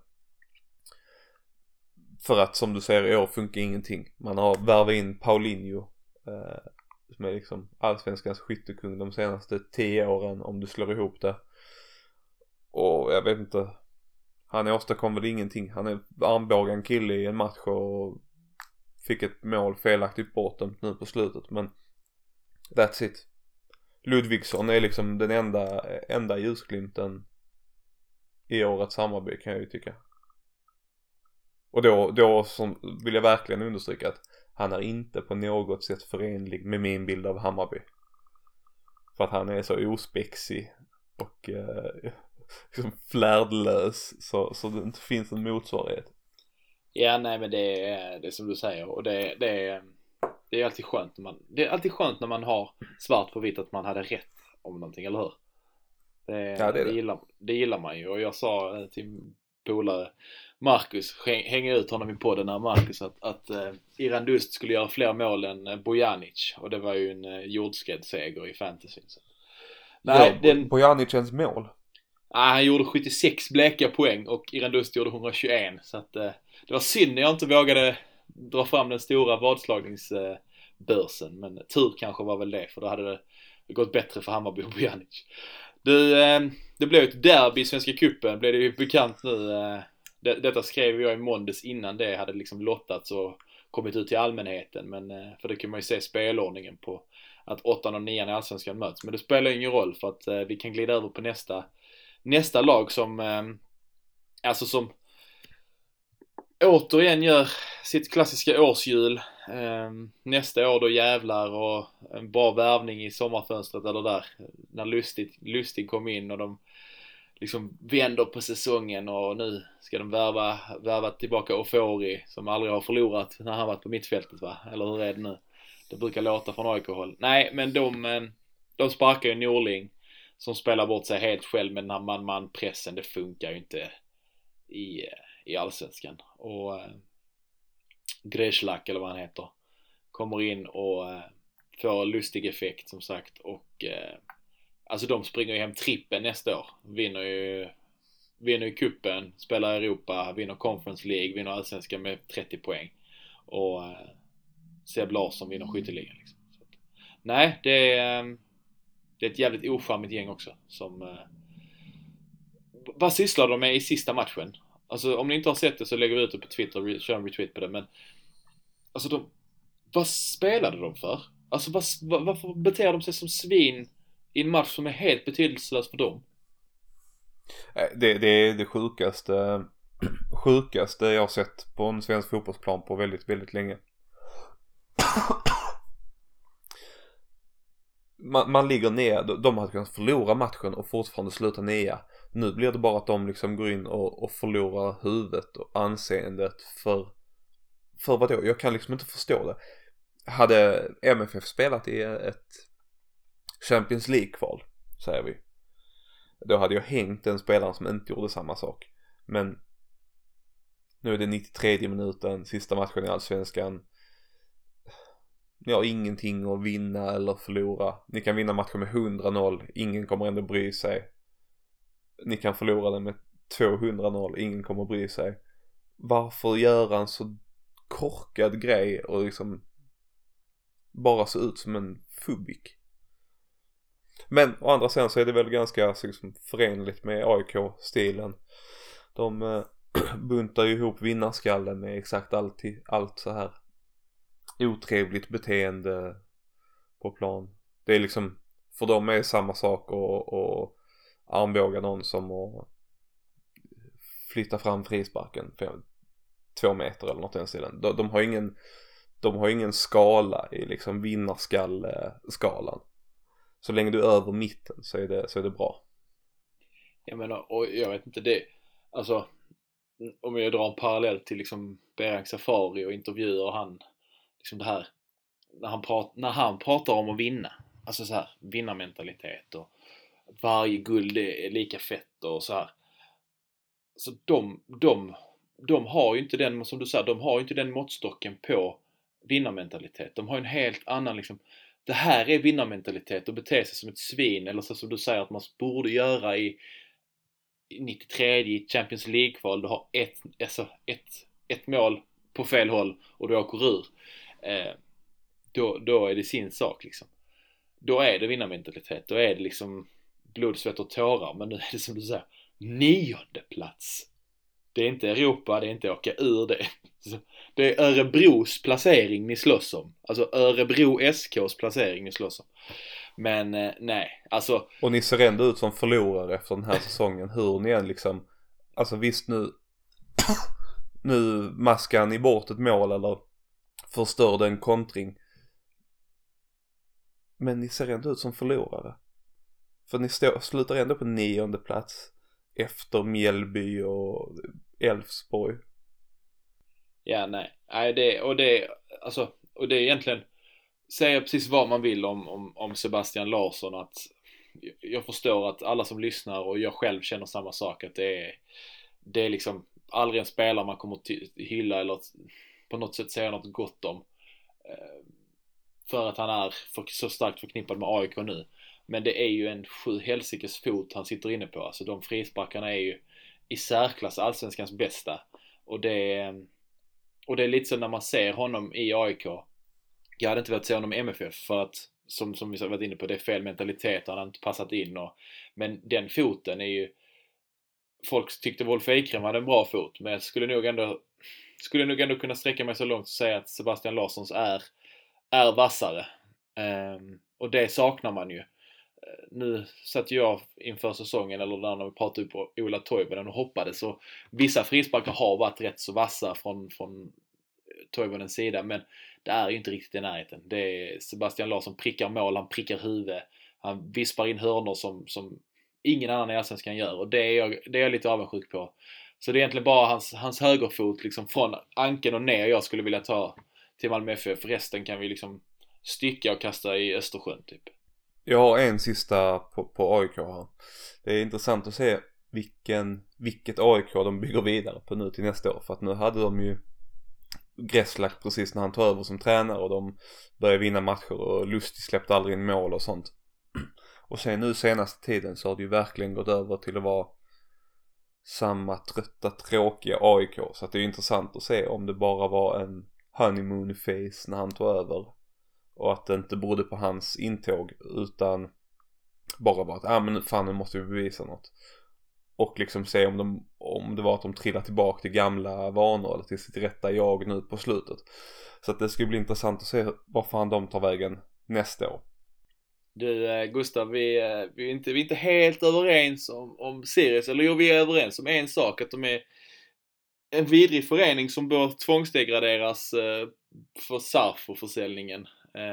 För att som du säger, i år funkar ingenting. Man har värvat in Paulinho som är liksom allsvenskans skyttekung de senaste 10 åren om du slår ihop det. Och jag vet inte, han åstadkom väl ingenting. Han är armbågen kille i en match och fick ett mål felaktigt bortdömt nu på slutet. Men that's it. Ludvigsson är liksom den enda ljusglimten i årets Hammarby, kan jag ju tycka. Och då som vill jag verkligen understryka att han är inte på något sätt förenlig med min bild av Hammarby. För att han är så ospexig och liksom flärdlös så det inte finns en motsvarighet. Ja, nej, men det är som du säger, och det är alltid skönt när man har svart på vitt att man hade rätt om någonting, eller hur? Det gillar man ju, och jag sa till polare Marcus, hänga ut honom i podden när Marcus att Iran Dust skulle göra fler mål än Bojanic, och det var ju en jordskredsseger i fantasy. Så. Nej, Bojanicens mål? Han gjorde 76 bleka poäng och Iran Dust gjorde 121, så att det var synd när jag inte vågade dra fram den stora vadslagningsbörsen, men tur kanske var väl det, för då hade det gått bättre för Hammarby och Bojanic. Det blev ett derby i Svenska cupen, blev det ju bekant nu. Detta skrev jag i måndags innan det hade liksom lottats och kommit ut till allmänheten, men för det kan man ju se spelordningen på att 8 och 9 i Allsvenskan möts, men det spelar ingen roll, för att vi kan glida över på nästa lag som som återigen gör sitt klassiska årshjul. Nästa år då jävlar, och en bra värvning i sommarfönstret eller där när Lustig kom in och de liksom vänder på säsongen, och nu ska de värva tillbaka Ofori som aldrig har förlorat när han varit på mittfältet, va? Eller hur är det nu? Det brukar låta från AIK-håll. Nej, men de sparkar ju Norling som spelar bort sig helt själv med den här man-pressen. Det funkar ju inte i Allsvenskan. Och Greslak, eller vad han heter, kommer in och får lustig effekt som sagt, och alltså de springer ju hem trippen nästa år. Vinner ju kuppen, spelar Europa, vinner Conference League, vinner Allsvenskan med 30 poäng, och Seb Larsson vinner skytteligan liksom. Så att, nej, det är ett jävligt ocharmigt gäng också som vad sysslar de med i sista matchen? Alltså om ni inte har sett det så lägger vi ut det på Twitter och kör en retweet på det. Men alltså vad spelade de för? Alltså varför beter de sig som svin i en match som är helt betydelselös för dem? Det är det sjukaste jag har sett på en svensk fotbollsplan på väldigt, väldigt länge. Man ligger ner, de hade kunnat förlora matchen och fortfarande sluta ner. Nu blir det bara att de liksom går in och förlorar huvudet och anseendet för vadå? Jag kan liksom inte förstå det. Hade MFF spelat i ett Champions League-kval, säger vi, då hade jag hängt den spelaren som inte gjorde samma sak. Men nu är det 93 minuten, sista matchen i Allsvenskan. Ni har ingenting att vinna eller förlora. Ni kan vinna matchen med 100-0. Ingen kommer ändå bry sig. Ni kan förlora den med 200-0. Ingen kommer bry sig. Varför göra en så korkad grej och liksom bara se ut som en fubik? Men å andra sidan så är det väl ganska liksom förenligt med AIK-stilen. De buntar ju ihop vinnarskallen med exakt allt så här otrevligt beteende på plan. Det är liksom, för dem är samma sak och armbåga någon som att flytta fram frisparken 2 meter eller något i den stilen. De har ingen skala i liksom vinnarskalan. Så länge du är över mitten så är det bra. Jag menar, och jag vet inte det, alltså om jag drar en parallell till liksom Berang Safari och intervjuer han liksom det här när han pratar om att vinna, alltså så här vinnarmentalitet och varje guld är lika fett och så här. Så de har ju inte den, som du säger, de har ju inte den måttstocken på vinnarmentalitet. De har en helt annan liksom, det här är vinnarmentalitet och bete sig som ett svin, eller så som du säger att man borde göra i 93 i Champions League-kval. Du har ett mål på fel håll och du åker ur. Då är det sin sak liksom. Då är det vinnarmentalitet. Då är det liksom blod, svett och tårar. Men nu är det som du säger, 9:e plats. Det är inte Europa, det är inte åka ur det. Det är Örebros placering ni slåss om. Alltså Örebro SKs placering ni slåss om. Men nej, alltså. Och ni ser ändå ut som förlorare efter den här säsongen. Hur ni än liksom, alltså visst nu maskar ni bort ett mål eller förstörde en kontring. Men ni ser ändå ut som förlorare. För ni slutar ändå på 9:e plats efter Mjällby och Elfsborg. Ja, nej. Och det är egentligen, säga precis vad man vill om Sebastian Larsson, att jag förstår att alla som lyssnar och jag själv känner samma sak, att det är liksom aldrig en spelare man kommer att hylla eller på något sätt säga något gott om, för att han är så starkt förknippad med AIK nu. Men det är ju en 7 helsikes fot han sitter inne på. Alltså de frisparkarna är ju i särklass allsvenskans bästa. Och det är lite så när man ser honom i AIK. Jag hade inte velat se honom i MFF för att, som vi har varit inne på, det är fel mentalitet, han har inte passat in. Men den foten är ju, folk tyckte Wolf Eikrem hade en bra fot, men jag skulle nog ändå kunna sträcka mig så långt och säga att Sebastian Larssons är vassare. Och det saknar man ju. Nu satt jag inför säsongen, eller när vi pratade på Ola Toivonen och hoppades, så vissa frisparkar har varit rätt så vassa från Toivonens sida, men det är ju inte riktigt i närheten. Det är Sebastian Larsson prickar mål, han prickar huvud, han vispar in hörnor som ingen annan i Allsvenskan gör, och det är jag lite avundsjuk på. Så det är egentligen bara hans högerfot liksom från ankeln och ner jag skulle vilja ta till Malmö FF. Resten kan vi liksom stycka och kasta i Östersjön typ. Jag har en sista på AIK här. Det är intressant att se vilket AIK de bygger vidare på nu till nästa år. För att nu hade de ju Gräslak precis när han tog över som tränare, och de började vinna matcher och Lustig släppte aldrig in mål och sånt. Och sen nu senaste tiden så har det ju verkligen gått över till att vara samma trötta, tråkiga AIK. Så att det är intressant att se om det bara var en honeymoon phase när han tog över, och att det inte berodde på hans intåg utan bara var att men fan, nu måste vi bevisa något. och liksom se om det var att de trillar tillbaka till gamla vanor eller till sitt rätta jag nu på slutet. Så att det ska bli intressant att se var fan de tar vägen nästa år. Du Gustav, vi är inte helt överens om Sirius, eller jo, vi är överens om en sak, att de är en vidrig förening som bör tvångsdegraderas för Sarfo-försäljningen.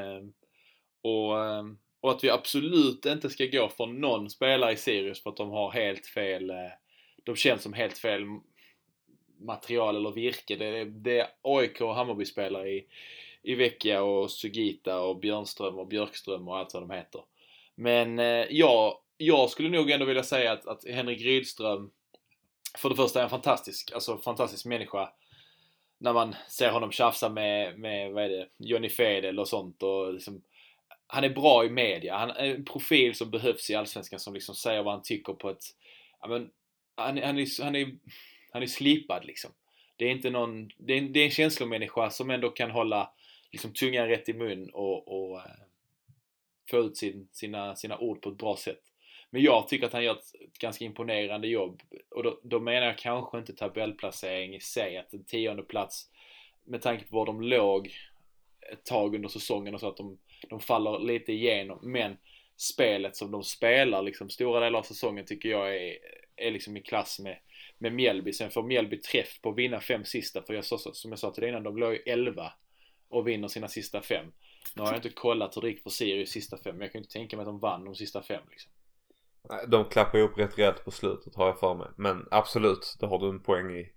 Och att vi absolut inte ska gå för någon spelare i Sirius för att de har helt fel, de känns som helt fel material eller virke. Det är AIK och Hammarby-spelare i Vecchia och Sugita och Björnström och Björkström och allt vad de heter. Men jag skulle nog ändå vilja säga att Henrik Rydström för det första är en fantastisk människa. När man ser honom tjafsa med vad är det, Johnny Fedel och sånt, och liksom, han är bra i media. Han är en profil som behövs i Allsvenskan, som liksom säger vad han tycker på ett, ja, men han är slipad liksom. Det är inte någon, det är en känslomänniska som ändå kan hålla liksom tungan rätt i mun och få ut sina ord på ett bra sätt. Men jag tycker att han gör ett ganska imponerande jobb. Och då menar jag kanske inte tabellplacering i sig, att en 10:e plats med tanke på var de låg ett tag under säsongen och så, att de faller lite igenom. Men spelet som de spelar liksom stora delar av säsongen tycker jag är liksom i klass med Mjällby. Sen får Mjällby träff på att vinna 5 sista. För som jag sa till dig innan, de låg ju 11 och vinner sina sista 5. Nu har jag inte kollat hur det gick för Sirius sista 5, men jag kan inte tänka mig att de vann de sista 5 liksom. De klappar upp rätt rejält på slutet, har jag för mig. Men absolut, det har du en poäng i.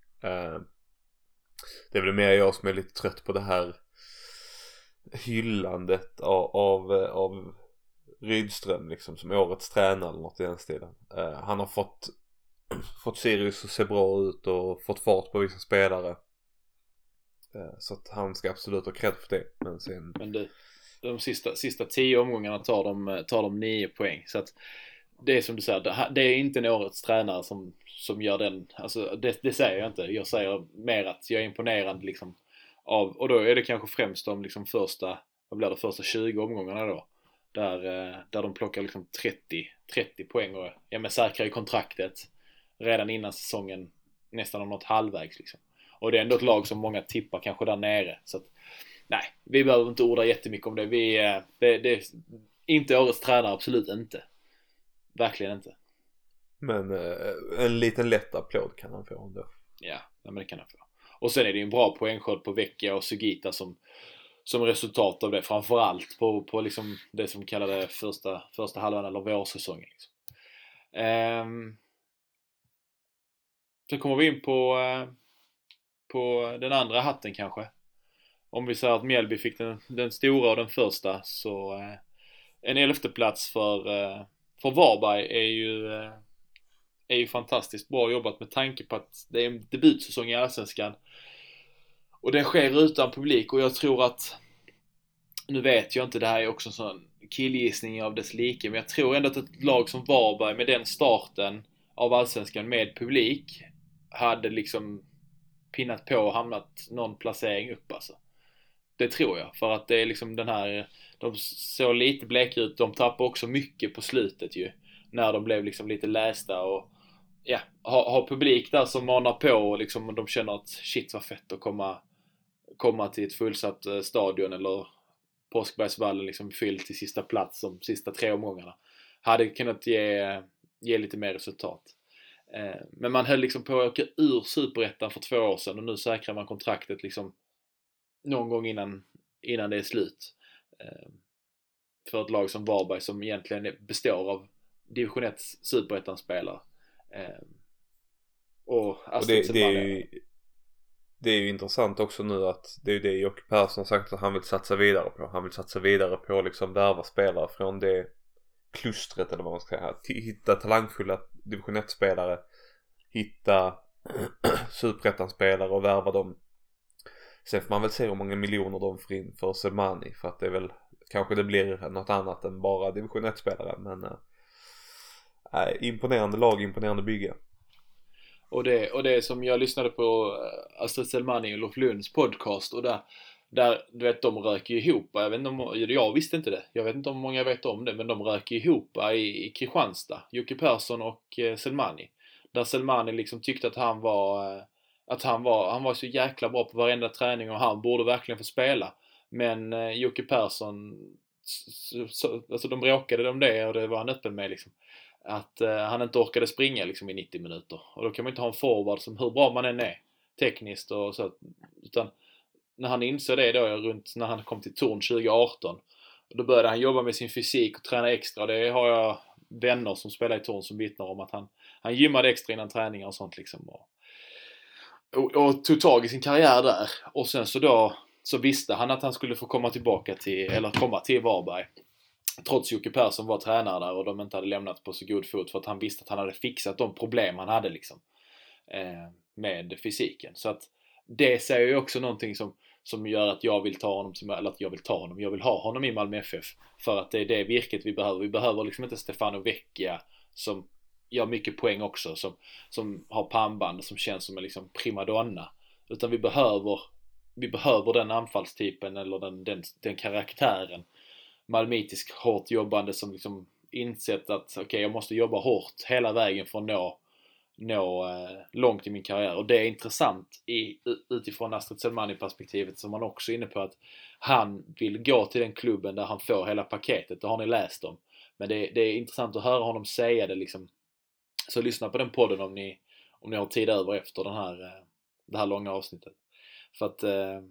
Det är väl mer jag som är lite trött på det här hyllandet av Rydström liksom, som årets tränare eller något i den stilen. Han har fått Sirius att se bra ut och fått fart på vissa spelare. Så att han ska absolut ha cred för det. Men du, de sista 10 omgångarna tar de 9 poäng. Så att det är som du säger, det är inte en årets tränare som gör den. Alltså det säger jag inte. Jag säger mer att jag är imponerad liksom av, och då är det kanske främst de liksom första 20 omgångarna då. Där de plockar liksom 30 poäng och säkrar i kontraktet redan innan säsongen nästan om något halvvägs liksom. Och det är ändå ett lag som många tippar kanske där nere. Så att, nej, vi behöver inte orda jättemycket om det. Det är inte årets tränare, absolut inte. Verkligen inte. Men en liten lätt applåd kan han få ändå. Ja, men det kan han få. Och sen är det ju en bra poängskörd på Vecchia och Sugita som resultat av det. Framförallt på liksom det som kallade första halvan eller vårsäsongen liksom. Så kommer vi in på den andra hatten kanske. Om vi säger att Mjällby fick den stora och den första, så en 11:e plats för Varberg är ju fantastiskt bra jobbat, med tanke på att det är en debutsäsong i Allsvenskan och det sker utan publik. Och jag tror att, nu vet jag inte, det här är också en sån killgissning av dess like, men jag tror ändå att ett lag som Varberg med den starten av Allsvenskan med publik hade liksom pinnat på och hamnat någon placering upp alltså. Det tror jag, för att det är liksom den här, de såg lite bleka ut, de tappade också mycket på slutet ju, när de blev liksom lite lästa, och ja, ha publik där som manar på och liksom de känner att shit vad fett att komma till ett fullsatt stadion eller Påskbergsvallen liksom fyllt till sista plats de sista 3 omgångarna. Hade kunnat ge lite mer resultat. Men man höll liksom på att åka ur Superettan för 2 år sedan, och nu säkrar man kontraktet liksom någon gång innan det är slut. För ett lag som Varberg, som egentligen består av division 1 Superettan-spelare. Och det är ju intressant också nu att det är det Jocke Persson har sagt att han vill satsa vidare på. Han vill satsa vidare på liksom värva spelare från det klustret, eller vad man ska säga. Hitta talangfulla division 1-spelare, hitta Superettan-spelare och värva dem. Sen får man väl se hur många miljoner de får in för Selmani, för att det är väl, kanske det blir något annat än bara division 1-spelare. Men imponerande lag, imponerande bygge. Och det som jag lyssnade på Astrid Selmani och Olof Lunds podcast, och där du vet, de röker ihop. Jag visste inte det. Jag vet inte om många vet om det, men de röker ihop i Kristianstad, Jocke Persson och Selmani. Där Selmani liksom tyckte att han var så jäkla bra på varenda träning och han borde verkligen få spela. Men Jocke Persson, alltså de bråkade om det och det var han öppen med liksom. Att han inte orkade springa liksom i 90 minuter. Och då kan man inte ha en forward som hur bra man än är tekniskt och så. Utan när han insåg det då runt när han kom till Torn 2018. Då började han jobba med sin fysik och träna extra. Det har jag vänner som spelar i Torn som vittnar om att han gymmade extra innan träningar och sånt liksom. Och tog tag i sin karriär där. Och sen så visste han att han skulle få komma till Varberg. Trots Jocke Persson var tränare där och de inte hade lämnat på så god fot för att han visste att han hade fixat de problem han hade liksom. Med fysiken. Så att det säger ju också någonting som gör att jag vill ta honom jag vill ha honom i Malmö FF för att det är det virket vi behöver liksom inte Stefano Vecchia som gör mycket poäng också som har pannband som känns som en liksom primadonna utan vi behöver den anfallstypen eller den karaktären malmitisk hårt jobbande som liksom insett att okej, jag måste jobba hårt hela vägen för att nå långt i min karriär och det är intressant utifrån Astrid Selmani-perspektivet som man också är inne på att han vill gå till den klubben där han får hela paketet, det har ni läst om men det är intressant att höra honom säga det liksom. Så lyssna på den podden om ni har tid över efter det här långa avsnittet för att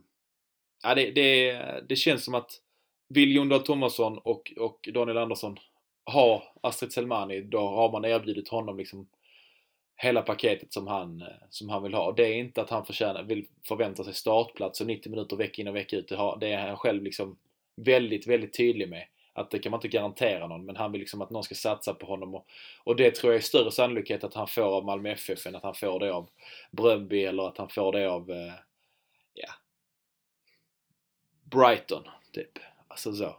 det känns som att vill Jon Dahl Tomasson och Daniel Andersson ha Astrid Selmani då har man erbjudit honom liksom hela paketet som han vill ha. Det är inte att han vill förvänta sig startplats och 90 minuter vecka in och vecka ut. Det är han själv liksom väldigt, väldigt tydlig med. Att det kan man inte garantera någon. Men han vill liksom att någon ska satsa på honom. Och det tror jag är större sannolikhet att han får av Malmö FF än att han får det av Bröndby eller att han får det av Brighton typ. Alltså så.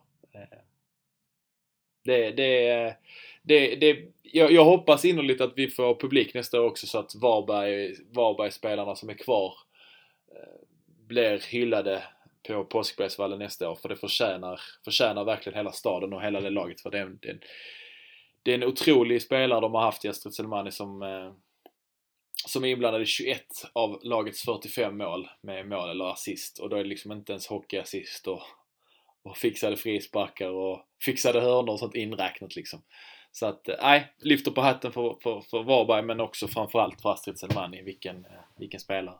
Jag hoppas innerligt att vi får publik nästa år också så att Varberg-spelarna som är kvar blir hyllade på Påskbergsvallen nästa år för det förtjänar verkligen hela staden och hela det laget för det är en otrolig spelare de har haft i Astrid Selmani som är inblandad i 21 av lagets 45 mål med mål eller assist och då är det liksom inte ens hockeyassist och fixade frisparkar och fixade hörnor och sånt inräknat liksom. Så att, lyfter på hatten för Varberg men också framförallt för Astrid Selmani, vilken spelare.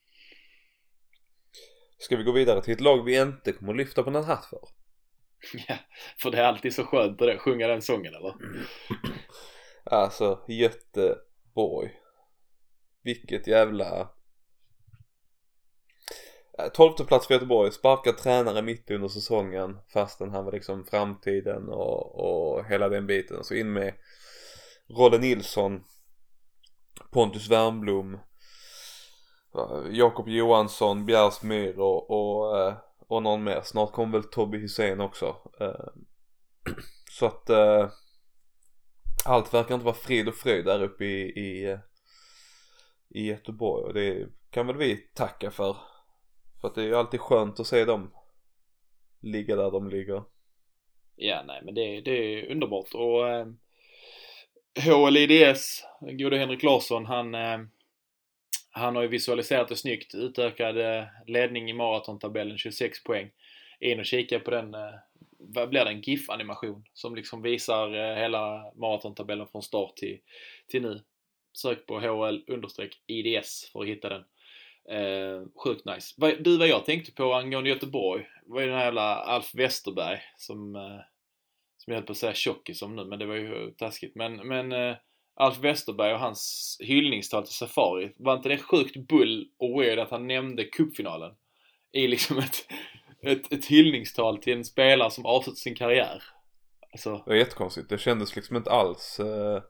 Ska vi gå vidare till ett lag vi inte kommer att lyfta på den hatt för? Ja, för det är alltid så skönt att sjunga den sången, eller? Alltså, Göteborg. Vilket jävla... 12:e plats för Göteborg, sparkad tränare mitt under säsongen fastän han var liksom framtiden och hela den biten. Så in med Rolle Nilsson, Pontus Wernblom, Jakob Johansson, Bjärsmyr och någon mer. Snart kommer väl Tobbe Hussein också. Så att allt verkar inte vara frid och fröjd där uppe i Göteborg och det kan väl vi tacka för. För att det är ju alltid skönt att se dem ligga där de ligger. Ja, nej, men det är underbart. Och HLIDS, gode Henrik Larsson, han har ju visualiserat det snyggt. Utökad ledning i maratontabellen, 26 poäng. In och kika på den, vad blir det, en GIF-animation som liksom visar hela maratontabellen från start till nu. Sök på HL_IDS för att hitta den. Sjukt nice. Vad jag tänkte på angående Göteborg var ju den här jävla Alf Westerberg som jag höll på att säga tjockis som nu, men det var ju taskigt. Men Alf Westerberg och hans hyllningstal till Safari, var inte det sjukt bull och weird att han nämnde cupfinalen i liksom ett hyllningstal till en spelare som avslutat sin karriär? Alltså... Det var jättekonstigt. Det kändes liksom inte alls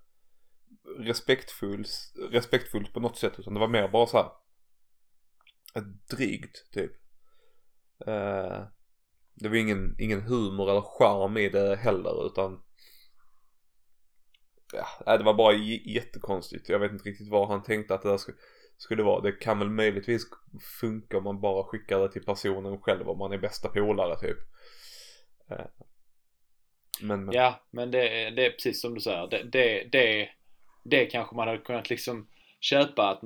respektfullt på något sätt, utan det var mer bara så här ett drygt typ. Det var ingen humor eller charm i det heller, utan det var bara jättekonstigt. Jag vet inte riktigt vad han tänkte att det där skulle vara. Det kan väl möjligtvis funka om man bara skickar det till personen själv, om man är bästa polare typ. Men... Ja, men det är precis som du säger. det kanske man hade kunnat liksom köpa att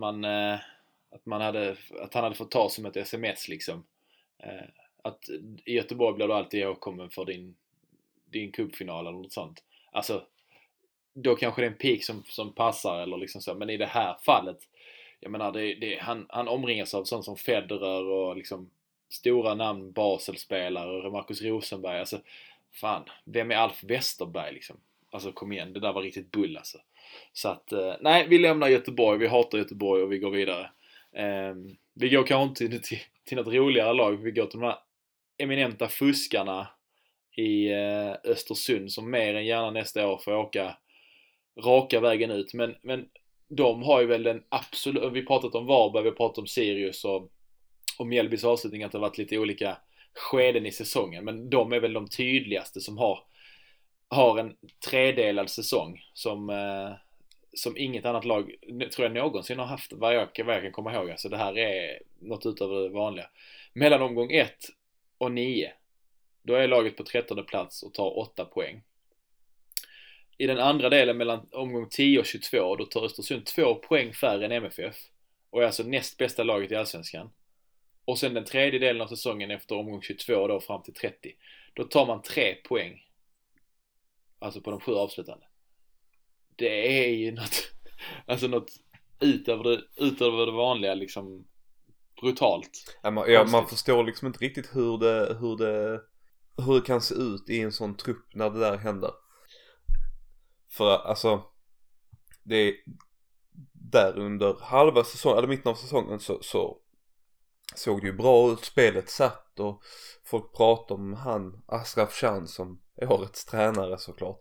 han hade fått ta som ett sms liksom. Att i Göteborg blir du alltid ihågkommen för din cupfinal eller något sånt. Alltså, då kanske det är en peak som passar eller liksom så. Men i det här fallet, jag menar, han omringas av sånt som Federer och liksom stora namn, Basel-spelare, Marcus Rosenberg. Alltså, fan, vem är Alf Westerberg liksom? Alltså, kom igen, det där var riktigt bull alltså. Så att, nej, vi lämnar Göteborg, vi hatar Göteborg och vi går vidare. Vi går kanske inte till något roligare lag, vi går till de här eminenta fuskarna i Östersund som mer än gärna nästa år får åka raka vägen ut. Men de har ju väl den absolut, vi har pratat om Varberg, vi har pratat om Sirius och om Mjällbys avslutning, att det har varit lite olika skeden i säsongen, men de är väl de tydligaste som har en tredelad säsong som inget annat lag tror jag någonsin har haft, vad jag kan komma ihåg. Alltså det här är något utöver det vanliga. Mellan omgång 1 och 9 då är laget på 13:e plats och tar 8 poäng. I den andra delen mellan omgång 10 och 22 då tar Östersund 2 poäng färre än MFF och är alltså näst bästa laget i Allsvenskan. Och sen den tredje delen av säsongen efter omgång 22 då fram till 30 då tar man 3 poäng, alltså på de 7 avslutande. Det är ju något utöver det vanliga liksom, brutalt. Man förstår liksom inte riktigt hur det kan se ut i en sån trupp när det där händer. För alltså det är där under halva säsongen eller mitten av säsongen så såg det ju bra ut, spelet satt och folk pratade om han Ashraf Can som är årets tränare såklart.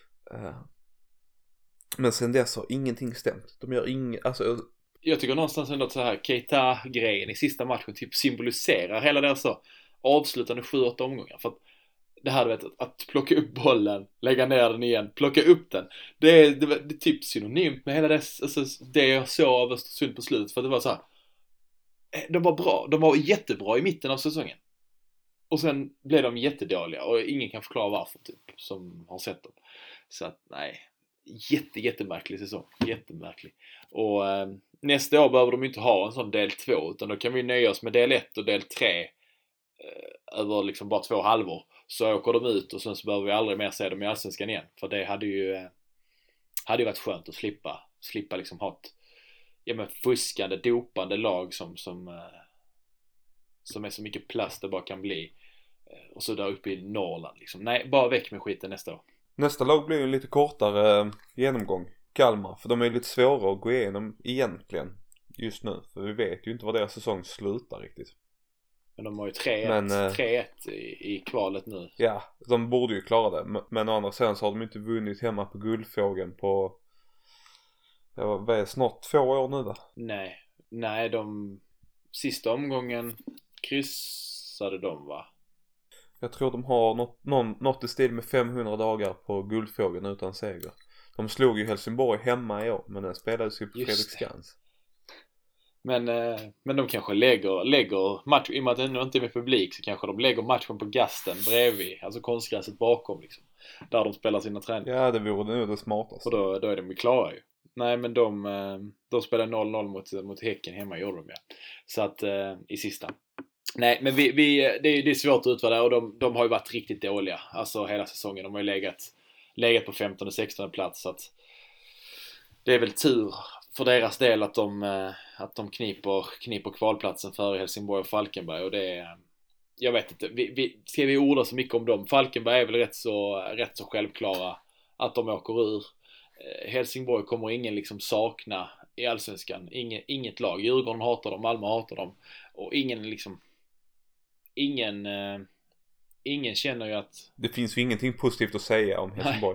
Men sen dess har ingenting stämt. De gör jag tycker någonstans ändå att så här Keita-grejen i sista matchen typ symboliserar hela deras så avslutande 7-8 omgångar. För att det här, du vet, att plocka upp bollen, lägga ner den igen, plocka upp den. Det är typ synonymt med hela det jag såg av Östersund på slut. För att det var så här, de var bra. De var jättebra i mitten av säsongen. Och sen blev de jättedåliga och ingen kan förklara varför typ, som har sett dem. Så att nej, jättemärklig säsong. Jättemärklig. Och nästa år behöver de inte ha en sån del 2 utan då kan vi nöja oss med del 1 och del 3 över liksom bara 2 halvår. Så åker de ut och sen så behöver vi aldrig mer se dem i Allsvenskan igen. För det hade ju varit skönt att slippa liksom ha ett fuskande, dopande lag som är så mycket plast det bara kan bli. Och så där uppe i Norrland liksom. Nej, bara väck med skiten nästa år. Nästa lag blir ju en lite kortare genomgång. Kalmar, för de är lite svåra att gå igenom egentligen just nu. För vi vet ju inte vad deras säsong slutar riktigt. Men de har ju 3-1 i kvalet nu. Ja, de borde ju klara det. Men å andra sidan så har de inte vunnit hemma på Guldfågeln på vad är snart 2 år nu va? Nej, de sista omgången kryssade de va? Jag tror de har något i stil med 500 dagar på Guldfågeln utan seger. De slog ju Helsingborg hemma i år, men den spelades ju på Fredriksskans. Men de kanske lägger match, i och med att det inte är med publik så kanske de lägger matchen på gasten bredvid, alltså konstgräset bakom liksom, där de spelar sina träningar. Ja, det vore nu det smartaste. Och då är de ju klara ju. Nej, men de spelar 0-0 mot Häcken hemma, gjorde de ja. Så att i sista. Nej, men det är svårt att utvärdera och de har ju varit riktigt dåliga. Alltså hela säsongen. De har ju legat på 15 och 16 plats. Så att det är väl tur för deras del att de kniper kvalplatsen före Helsingborg och Falkenberg. Och det är, jag vet inte, ska vi orda så mycket om dem? Falkenberg är väl rätt så självklara att de åker ur. Helsingborg kommer ingen liksom sakna i Allsvenskan. Inget lag. Djurgården hatar dem, Malmö hatar dem. Och ingen känner ju att... Det finns ju ingenting positivt att säga om Helsingborg.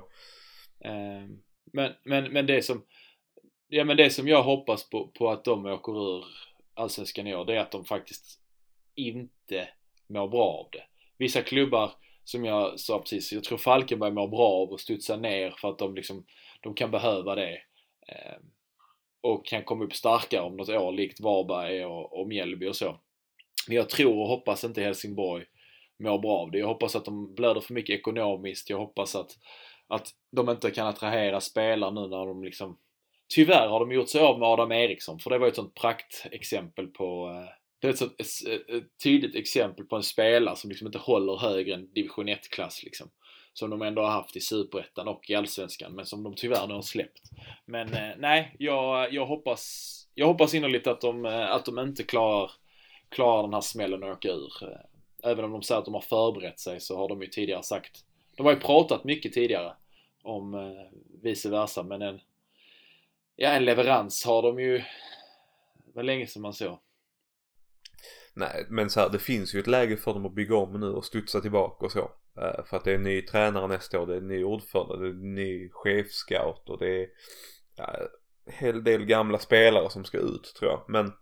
Men det som jag hoppas på att de åker ur Allsvenskan i år, det är att de faktiskt inte mår bra av det. Vissa klubbar, som jag sa precis, jag tror Falkenberg mår bra av att studsa ner för att de kan behöva det. Och kan komma upp starkare om något år, likt Varberg och Mjällby och så. Men jag tror och hoppas inte Helsingborg mår bra av det. Jag hoppas att de blöder för mycket ekonomiskt. Jag hoppas att de inte kan attrahera spelare nu när de liksom tyvärr har de gjort sig av med Adam Eriksson, för det var ett sånt praktexempel på det är ett tydligt exempel på en spelare som liksom inte håller högre än division 1-klass liksom. Som de ändå har haft i Superettan och i Allsvenskan, men som de tyvärr nu har släppt. Men nej, jag hoppas innerligt att de inte klarar den här smällen och åker ur. Även om de säger att de har förberett sig, så har de ju tidigare sagt, de har ju pratat mycket tidigare om vice versa, men en leverans har de ju, var länge som man såg. Nej, men så här, det finns ju ett läge för dem att bygga om nu och studsa tillbaka och så. För att det är en ny tränare nästa år, det är en ny ordförande, det är en ny chefscout och det är en hel del gamla spelare som ska ut, tror jag. Men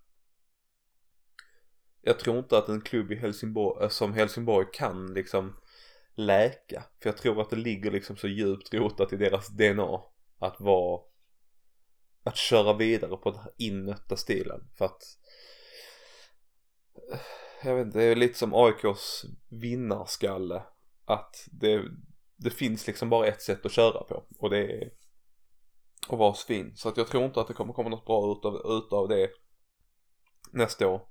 jag tror inte att en klubb i Helsingborg, som Helsingborg kan liksom läka. För jag tror att det ligger liksom så djupt rotat i deras DNA att köra vidare på den här innötta stilen. För att jag vet inte, det är lite som AIKs vinnarskalle, att det finns liksom bara ett sätt att köra på, och det är att vara svin. Så att jag tror inte att det kommer komma något bra utav det nästa år.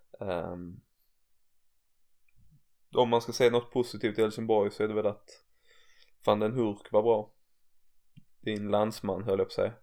Om man ska säga något positivt i Helsingborg, så är det väl att Van den Hurk var bra. Din landsman, höll jag på att säga.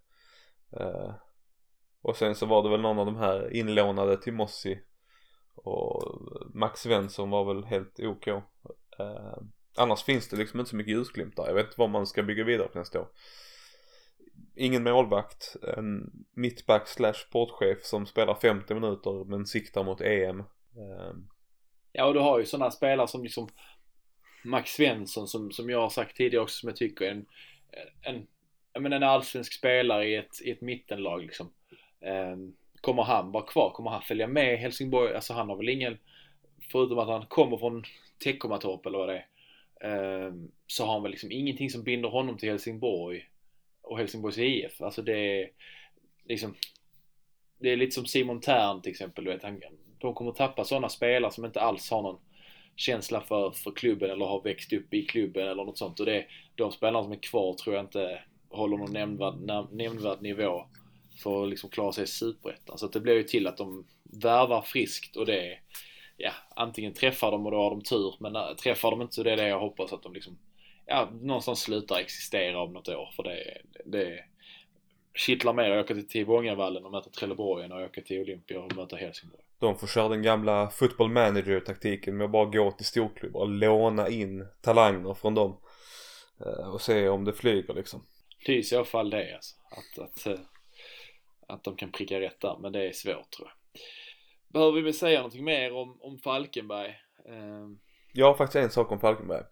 Och sen så var det väl någon av de här inlånade till Mossi, och Max Svensson var väl helt OK. Annars finns det liksom inte så mycket ljusglimtar. Jag vet inte vad man ska bygga vidare på nästa år. Ingen målvakt, en mittback / sportchef som spelar 50 minuter men siktar mot EM. Ja, och du har ju sådana spelare som liksom Max Svensson, som jag har sagt tidigare också, som jag tycker är en allsvensk spelare i ett mittenlag liksom. Kommer han vara kvar? Kommer han följa med Helsingborg? Alltså han har väl ingen, förutom att han kommer från Teckomatorp eller vad det är, så har han väl liksom ingenting som binder honom till Helsingborg och Helsingborgs IF. Alltså det är liksom, det är lite som Simon Tern till exempel, du vet, de kommer tappa sådana spelare som inte alls har någon känsla för klubben eller har växt upp i klubben eller något sånt, och de spelarna som är kvar tror jag inte håller någon nämnvärd nivå för att liksom klara sig i Superettan. Så att det blir ju till att de värvar friskt, och det antingen träffar de och då har de tur, men träffar de inte, så det är det jag hoppas, att de liksom någonstans slutar existera om något år, för det kittlar mer att åka till Vångavallen och möta Trelleborg än att åka till Olympia och möta Helsingborg. De får köra den gamla football manager-taktiken med att bara gå till storklubbar och låna in talanger från dem och se om det flyger liksom. Det är i så fall det, alltså. Att de kan pricka rätt där, men det är svårt, tror jag. Behöver vi väl säga någonting mer om Falkenberg? Jag har faktiskt en sak om Falkenberg.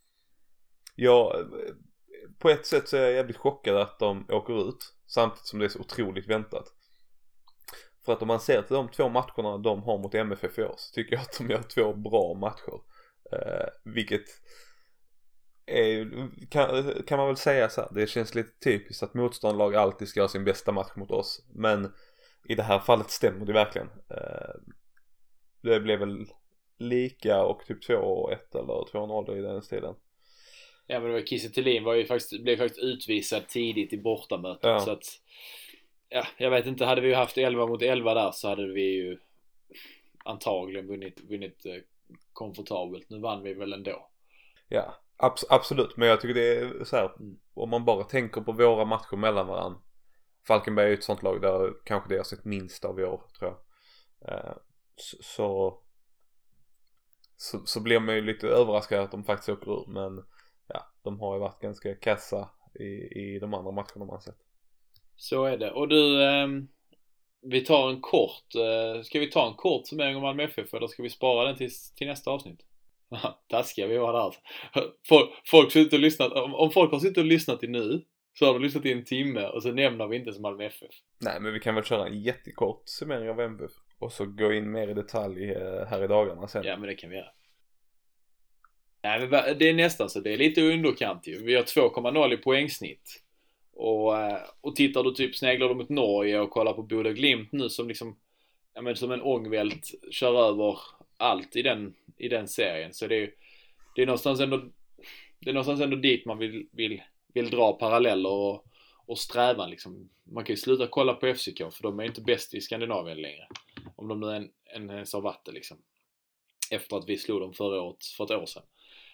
På ett sätt så är jag jävligt chockad att de åker ut, samtidigt som det är så otroligt väntat. För att om man ser till de 2 matcherna de har mot MFF i år, så tycker jag att de gör 2 bra matcher. Vilket kan man väl säga så här, det känns lite typiskt att motståndarlag alltid ska göra sin bästa match mot oss. Men i det här fallet stämmer det verkligen. Det blev väl lika och typ 2-1 eller 2-0 i den stilen. Ja, men det var Kiese Thelin blev faktiskt utvisad tidigt i bortamötet. Ja. Så att, jag vet inte, hade vi ju haft 11 mot 11 där, så hade vi ju antagligen vunnit komfortabelt. Nu vann vi väl ändå. Ja, absolut. Men jag tycker det är så här, om man bara tänker på våra matcher mellan varandra. Falkenberg är ett sånt lag där kanske det har sett minst av i år, tror jag. Så blir man ju lite överraskad att de faktiskt åker ur. Men de har ju varit ganska kassa i de andra matcherna man sett. Så är det. Och du, vi tar en kort, ska vi ta en kort summering om Malmö FF, eller ska vi spara den till nästa avsnitt? Taskiga vi var där. Folk har lyssnat, om folk har suttit och lyssnat till nu, så har de lyssnat i en timme och så nämner vi inte som Malmö FF. Nej, men vi kan väl köra en jättekort summering av MFF och så gå in mer i detalj här i dagarna sen. Ja, men det kan vi göra. Nej, men det är nästan så, det är lite underkant ju. Vi har 2,0 i poängsnitt. Och tittar du typ, sneglar du mot Norge och kollar på Bodø Glimt nu, som liksom, som en ångvält kör över allt i den serien, så det är någonstans ändå dit man vill dra paralleller och strävan liksom. Man kan ju sluta kolla på FCK för de är inte bäst i Skandinavien längre. Om de nu är en ens har varit det liksom. Efter att vi slog dem förra året, för ett år sedan.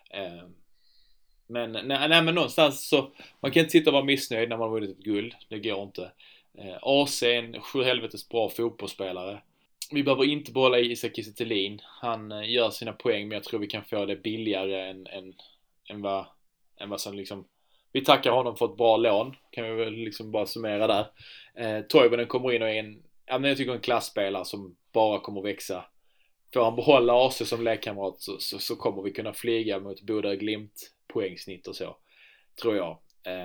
Men nej, men någonstans så man kan inte sitta och vara missnöjd när man har vunnit ett guld. Det går inte. AC är en 7-helvetes bra fotbollsspelare. Vi behöver inte behålla Isak Kiese Thelin. Han gör sina poäng, men jag tror vi kan få det billigare än vad som liksom. Vi tackar honom för ett bra lån. Kan vi väl liksom bara summera där. Toivonen kommer in och är jag tycker en klassspelare som bara kommer växa. Får han behålla AC som lekkamrat så kommer vi kunna flyga mot Bodø Glimt poängsnitt och så. Tror jag.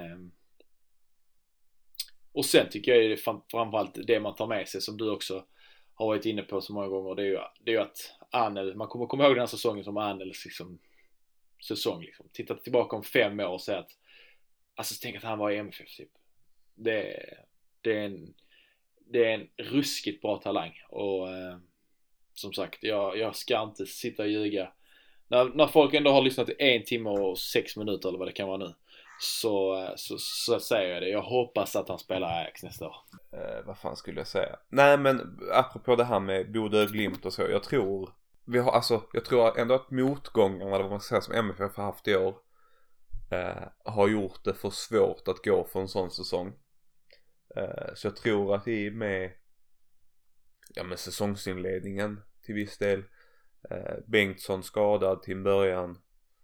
Och sen tycker jag det är framförallt det man tar med sig som du också har varit inne på så många gånger. Det är ju att Arnel, man kommer komma ihåg den här säsongen som Arnels liksom, säsong. Liksom. Titta tillbaka om 5 år och säga att alltså tänk att han var i MFF typ. Det är en ruskigt bra talang. Och som sagt, jag ska inte sitta och ljuga. När folk ändå har lyssnat i 1 timme och 6 minuter eller vad det kan vara nu. Så säger jag det. Jag hoppas att han spelar Ajax nästa år. Vad fan skulle jag säga? Nej, men apropå det här med Bodø Glimt och så. Jag tror ändå att motgångarna, vad man ska säga, som MFF har haft i år har gjort det för svårt att gå för en sån säsong. Så jag tror att i med säsongsinledningen till viss del, Bengtsson skadad till början,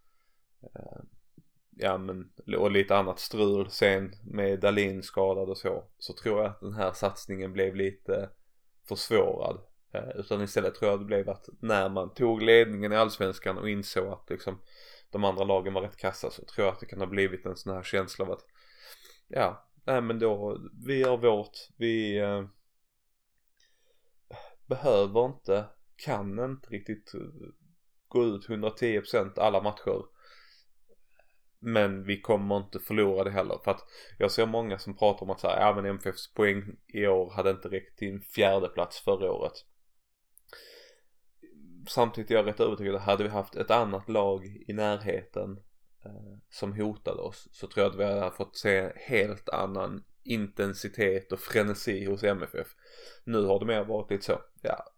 och lite annat strul sen med Dahlin skadad och så tror jag att den här satsningen blev lite försvårad. Utan istället tror jag det blev att när man tog ledningen i Allsvenskan och insåg att liksom de andra lagen var rätt kassa, så tror jag att det kan ha blivit en sån här känsla av att men då vi gör vårt, vi behöver inte, kan inte riktigt gå ut 110% alla matcher, men vi kommer inte förlora det heller. För att jag ser många som pratar om att men MFFs poäng i år hade inte räckt till en 4:e plats förra året. Samtidigt är jag rätt övertygad att hade vi haft ett annat lag i närheten som hotade oss, så tror jag att vi hade fått se helt annan intensitet och frenesi hos MFF. Nu har det mer varit lite så.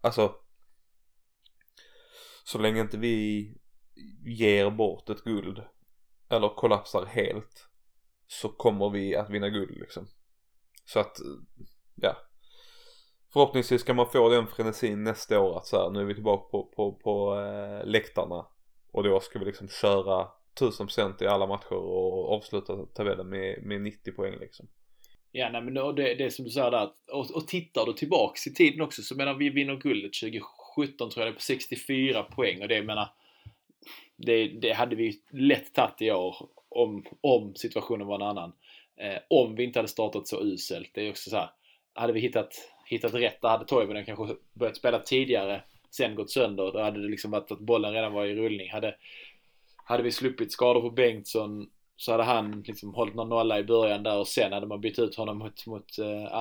Så länge inte vi ger bort ett guld eller kollapsar helt, så kommer vi att vinna guld liksom. Så att förhoppningsvis kan man få den frenesin nästa år att så här, nu är vi tillbaka på läktarna och då ska vi liksom köra 1000% i alla matcher och avsluta tabellen med 90 poäng liksom. Ja, nej, men det är som du säger där, och tittar du tillbaks i tiden också, så menar vi vinner guldet 2017 tror jag det är på 64 poäng, och det menar det hade vi lätt tagit i år om situationen var en annan. Om vi inte hade startat så uselt. Det är också så här, hade vi hittat rätt, då hade Toivonen kanske börjat spela tidigare, sen gått sönder. Då hade det liksom varit att bollen redan var i rullning. Hade vi sluppit skador på Bengtsson, så hade han liksom hållit någon nolla i början där, och sen hade man bytt ut honom mot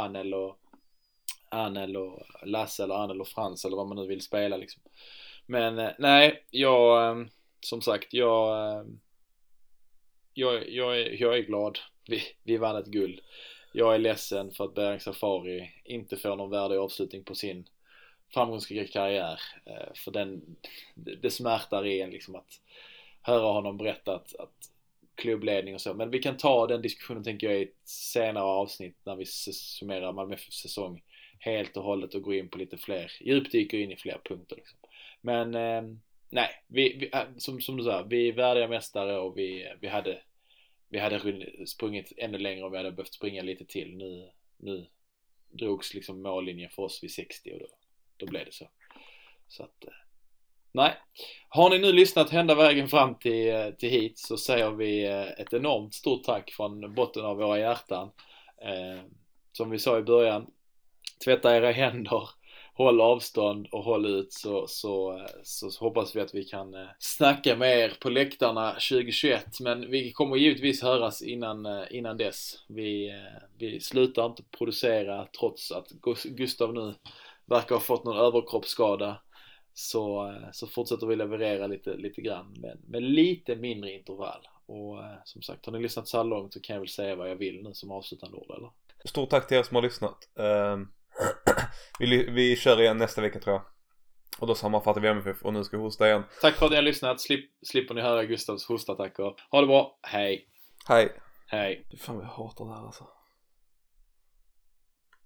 Arnel och Lasse eller Arnel och Frans eller vad man nu vill spela liksom. Men nej, som sagt, jag är glad. Vi vann ett guld. Jag är ledsen för att Bering Safari inte får någon värdig avslutning på sin framgångsrika karriär. För det smärtar en liksom att höra honom berätta att klubbledning och så. Men vi kan ta den diskussionen, tänker jag, i ett senare avsnitt när vi summerar Malmö FFs säsong helt och hållet och går in på lite fler, djupdyker in i fler punkter liksom. Men nej, vi som du sa, vi är värdiga mästare, och vi hade sprungit ännu längre om vi hade behövt springa lite till. Nu drogs liksom mållinjen för oss vid 60, och då blev det så. Så att nej. Har ni nu lyssnat hända vägen fram till hit, så säger vi ett enormt stort tack från botten av våra hjärtan. Som vi sa i början, tvätta era händer, håll avstånd och håll ut, så hoppas vi att vi kan snacka med er på läktarna 2021. Men vi kommer givetvis höras innan dess. Vi slutar inte producera trots att Gustav nu verkar ha fått någon överkroppsskada. Så fortsätter vi leverera lite grann med lite mindre intervall. Och som sagt, har ni lyssnat så här långt så kan jag väl säga vad jag vill nu som avslutande ord, eller? Stort tack till er som har lyssnat. Vi kör igen nästa vecka tror jag. Och då sammanfattar vi MFF och nu ska vi hosta igen. Tack för att ni har lyssnat. Slipper ni höra Gustavs hostattacker. Ha det bra. Hej. Hej. Hej. Fan vad jag hatar det här alltså.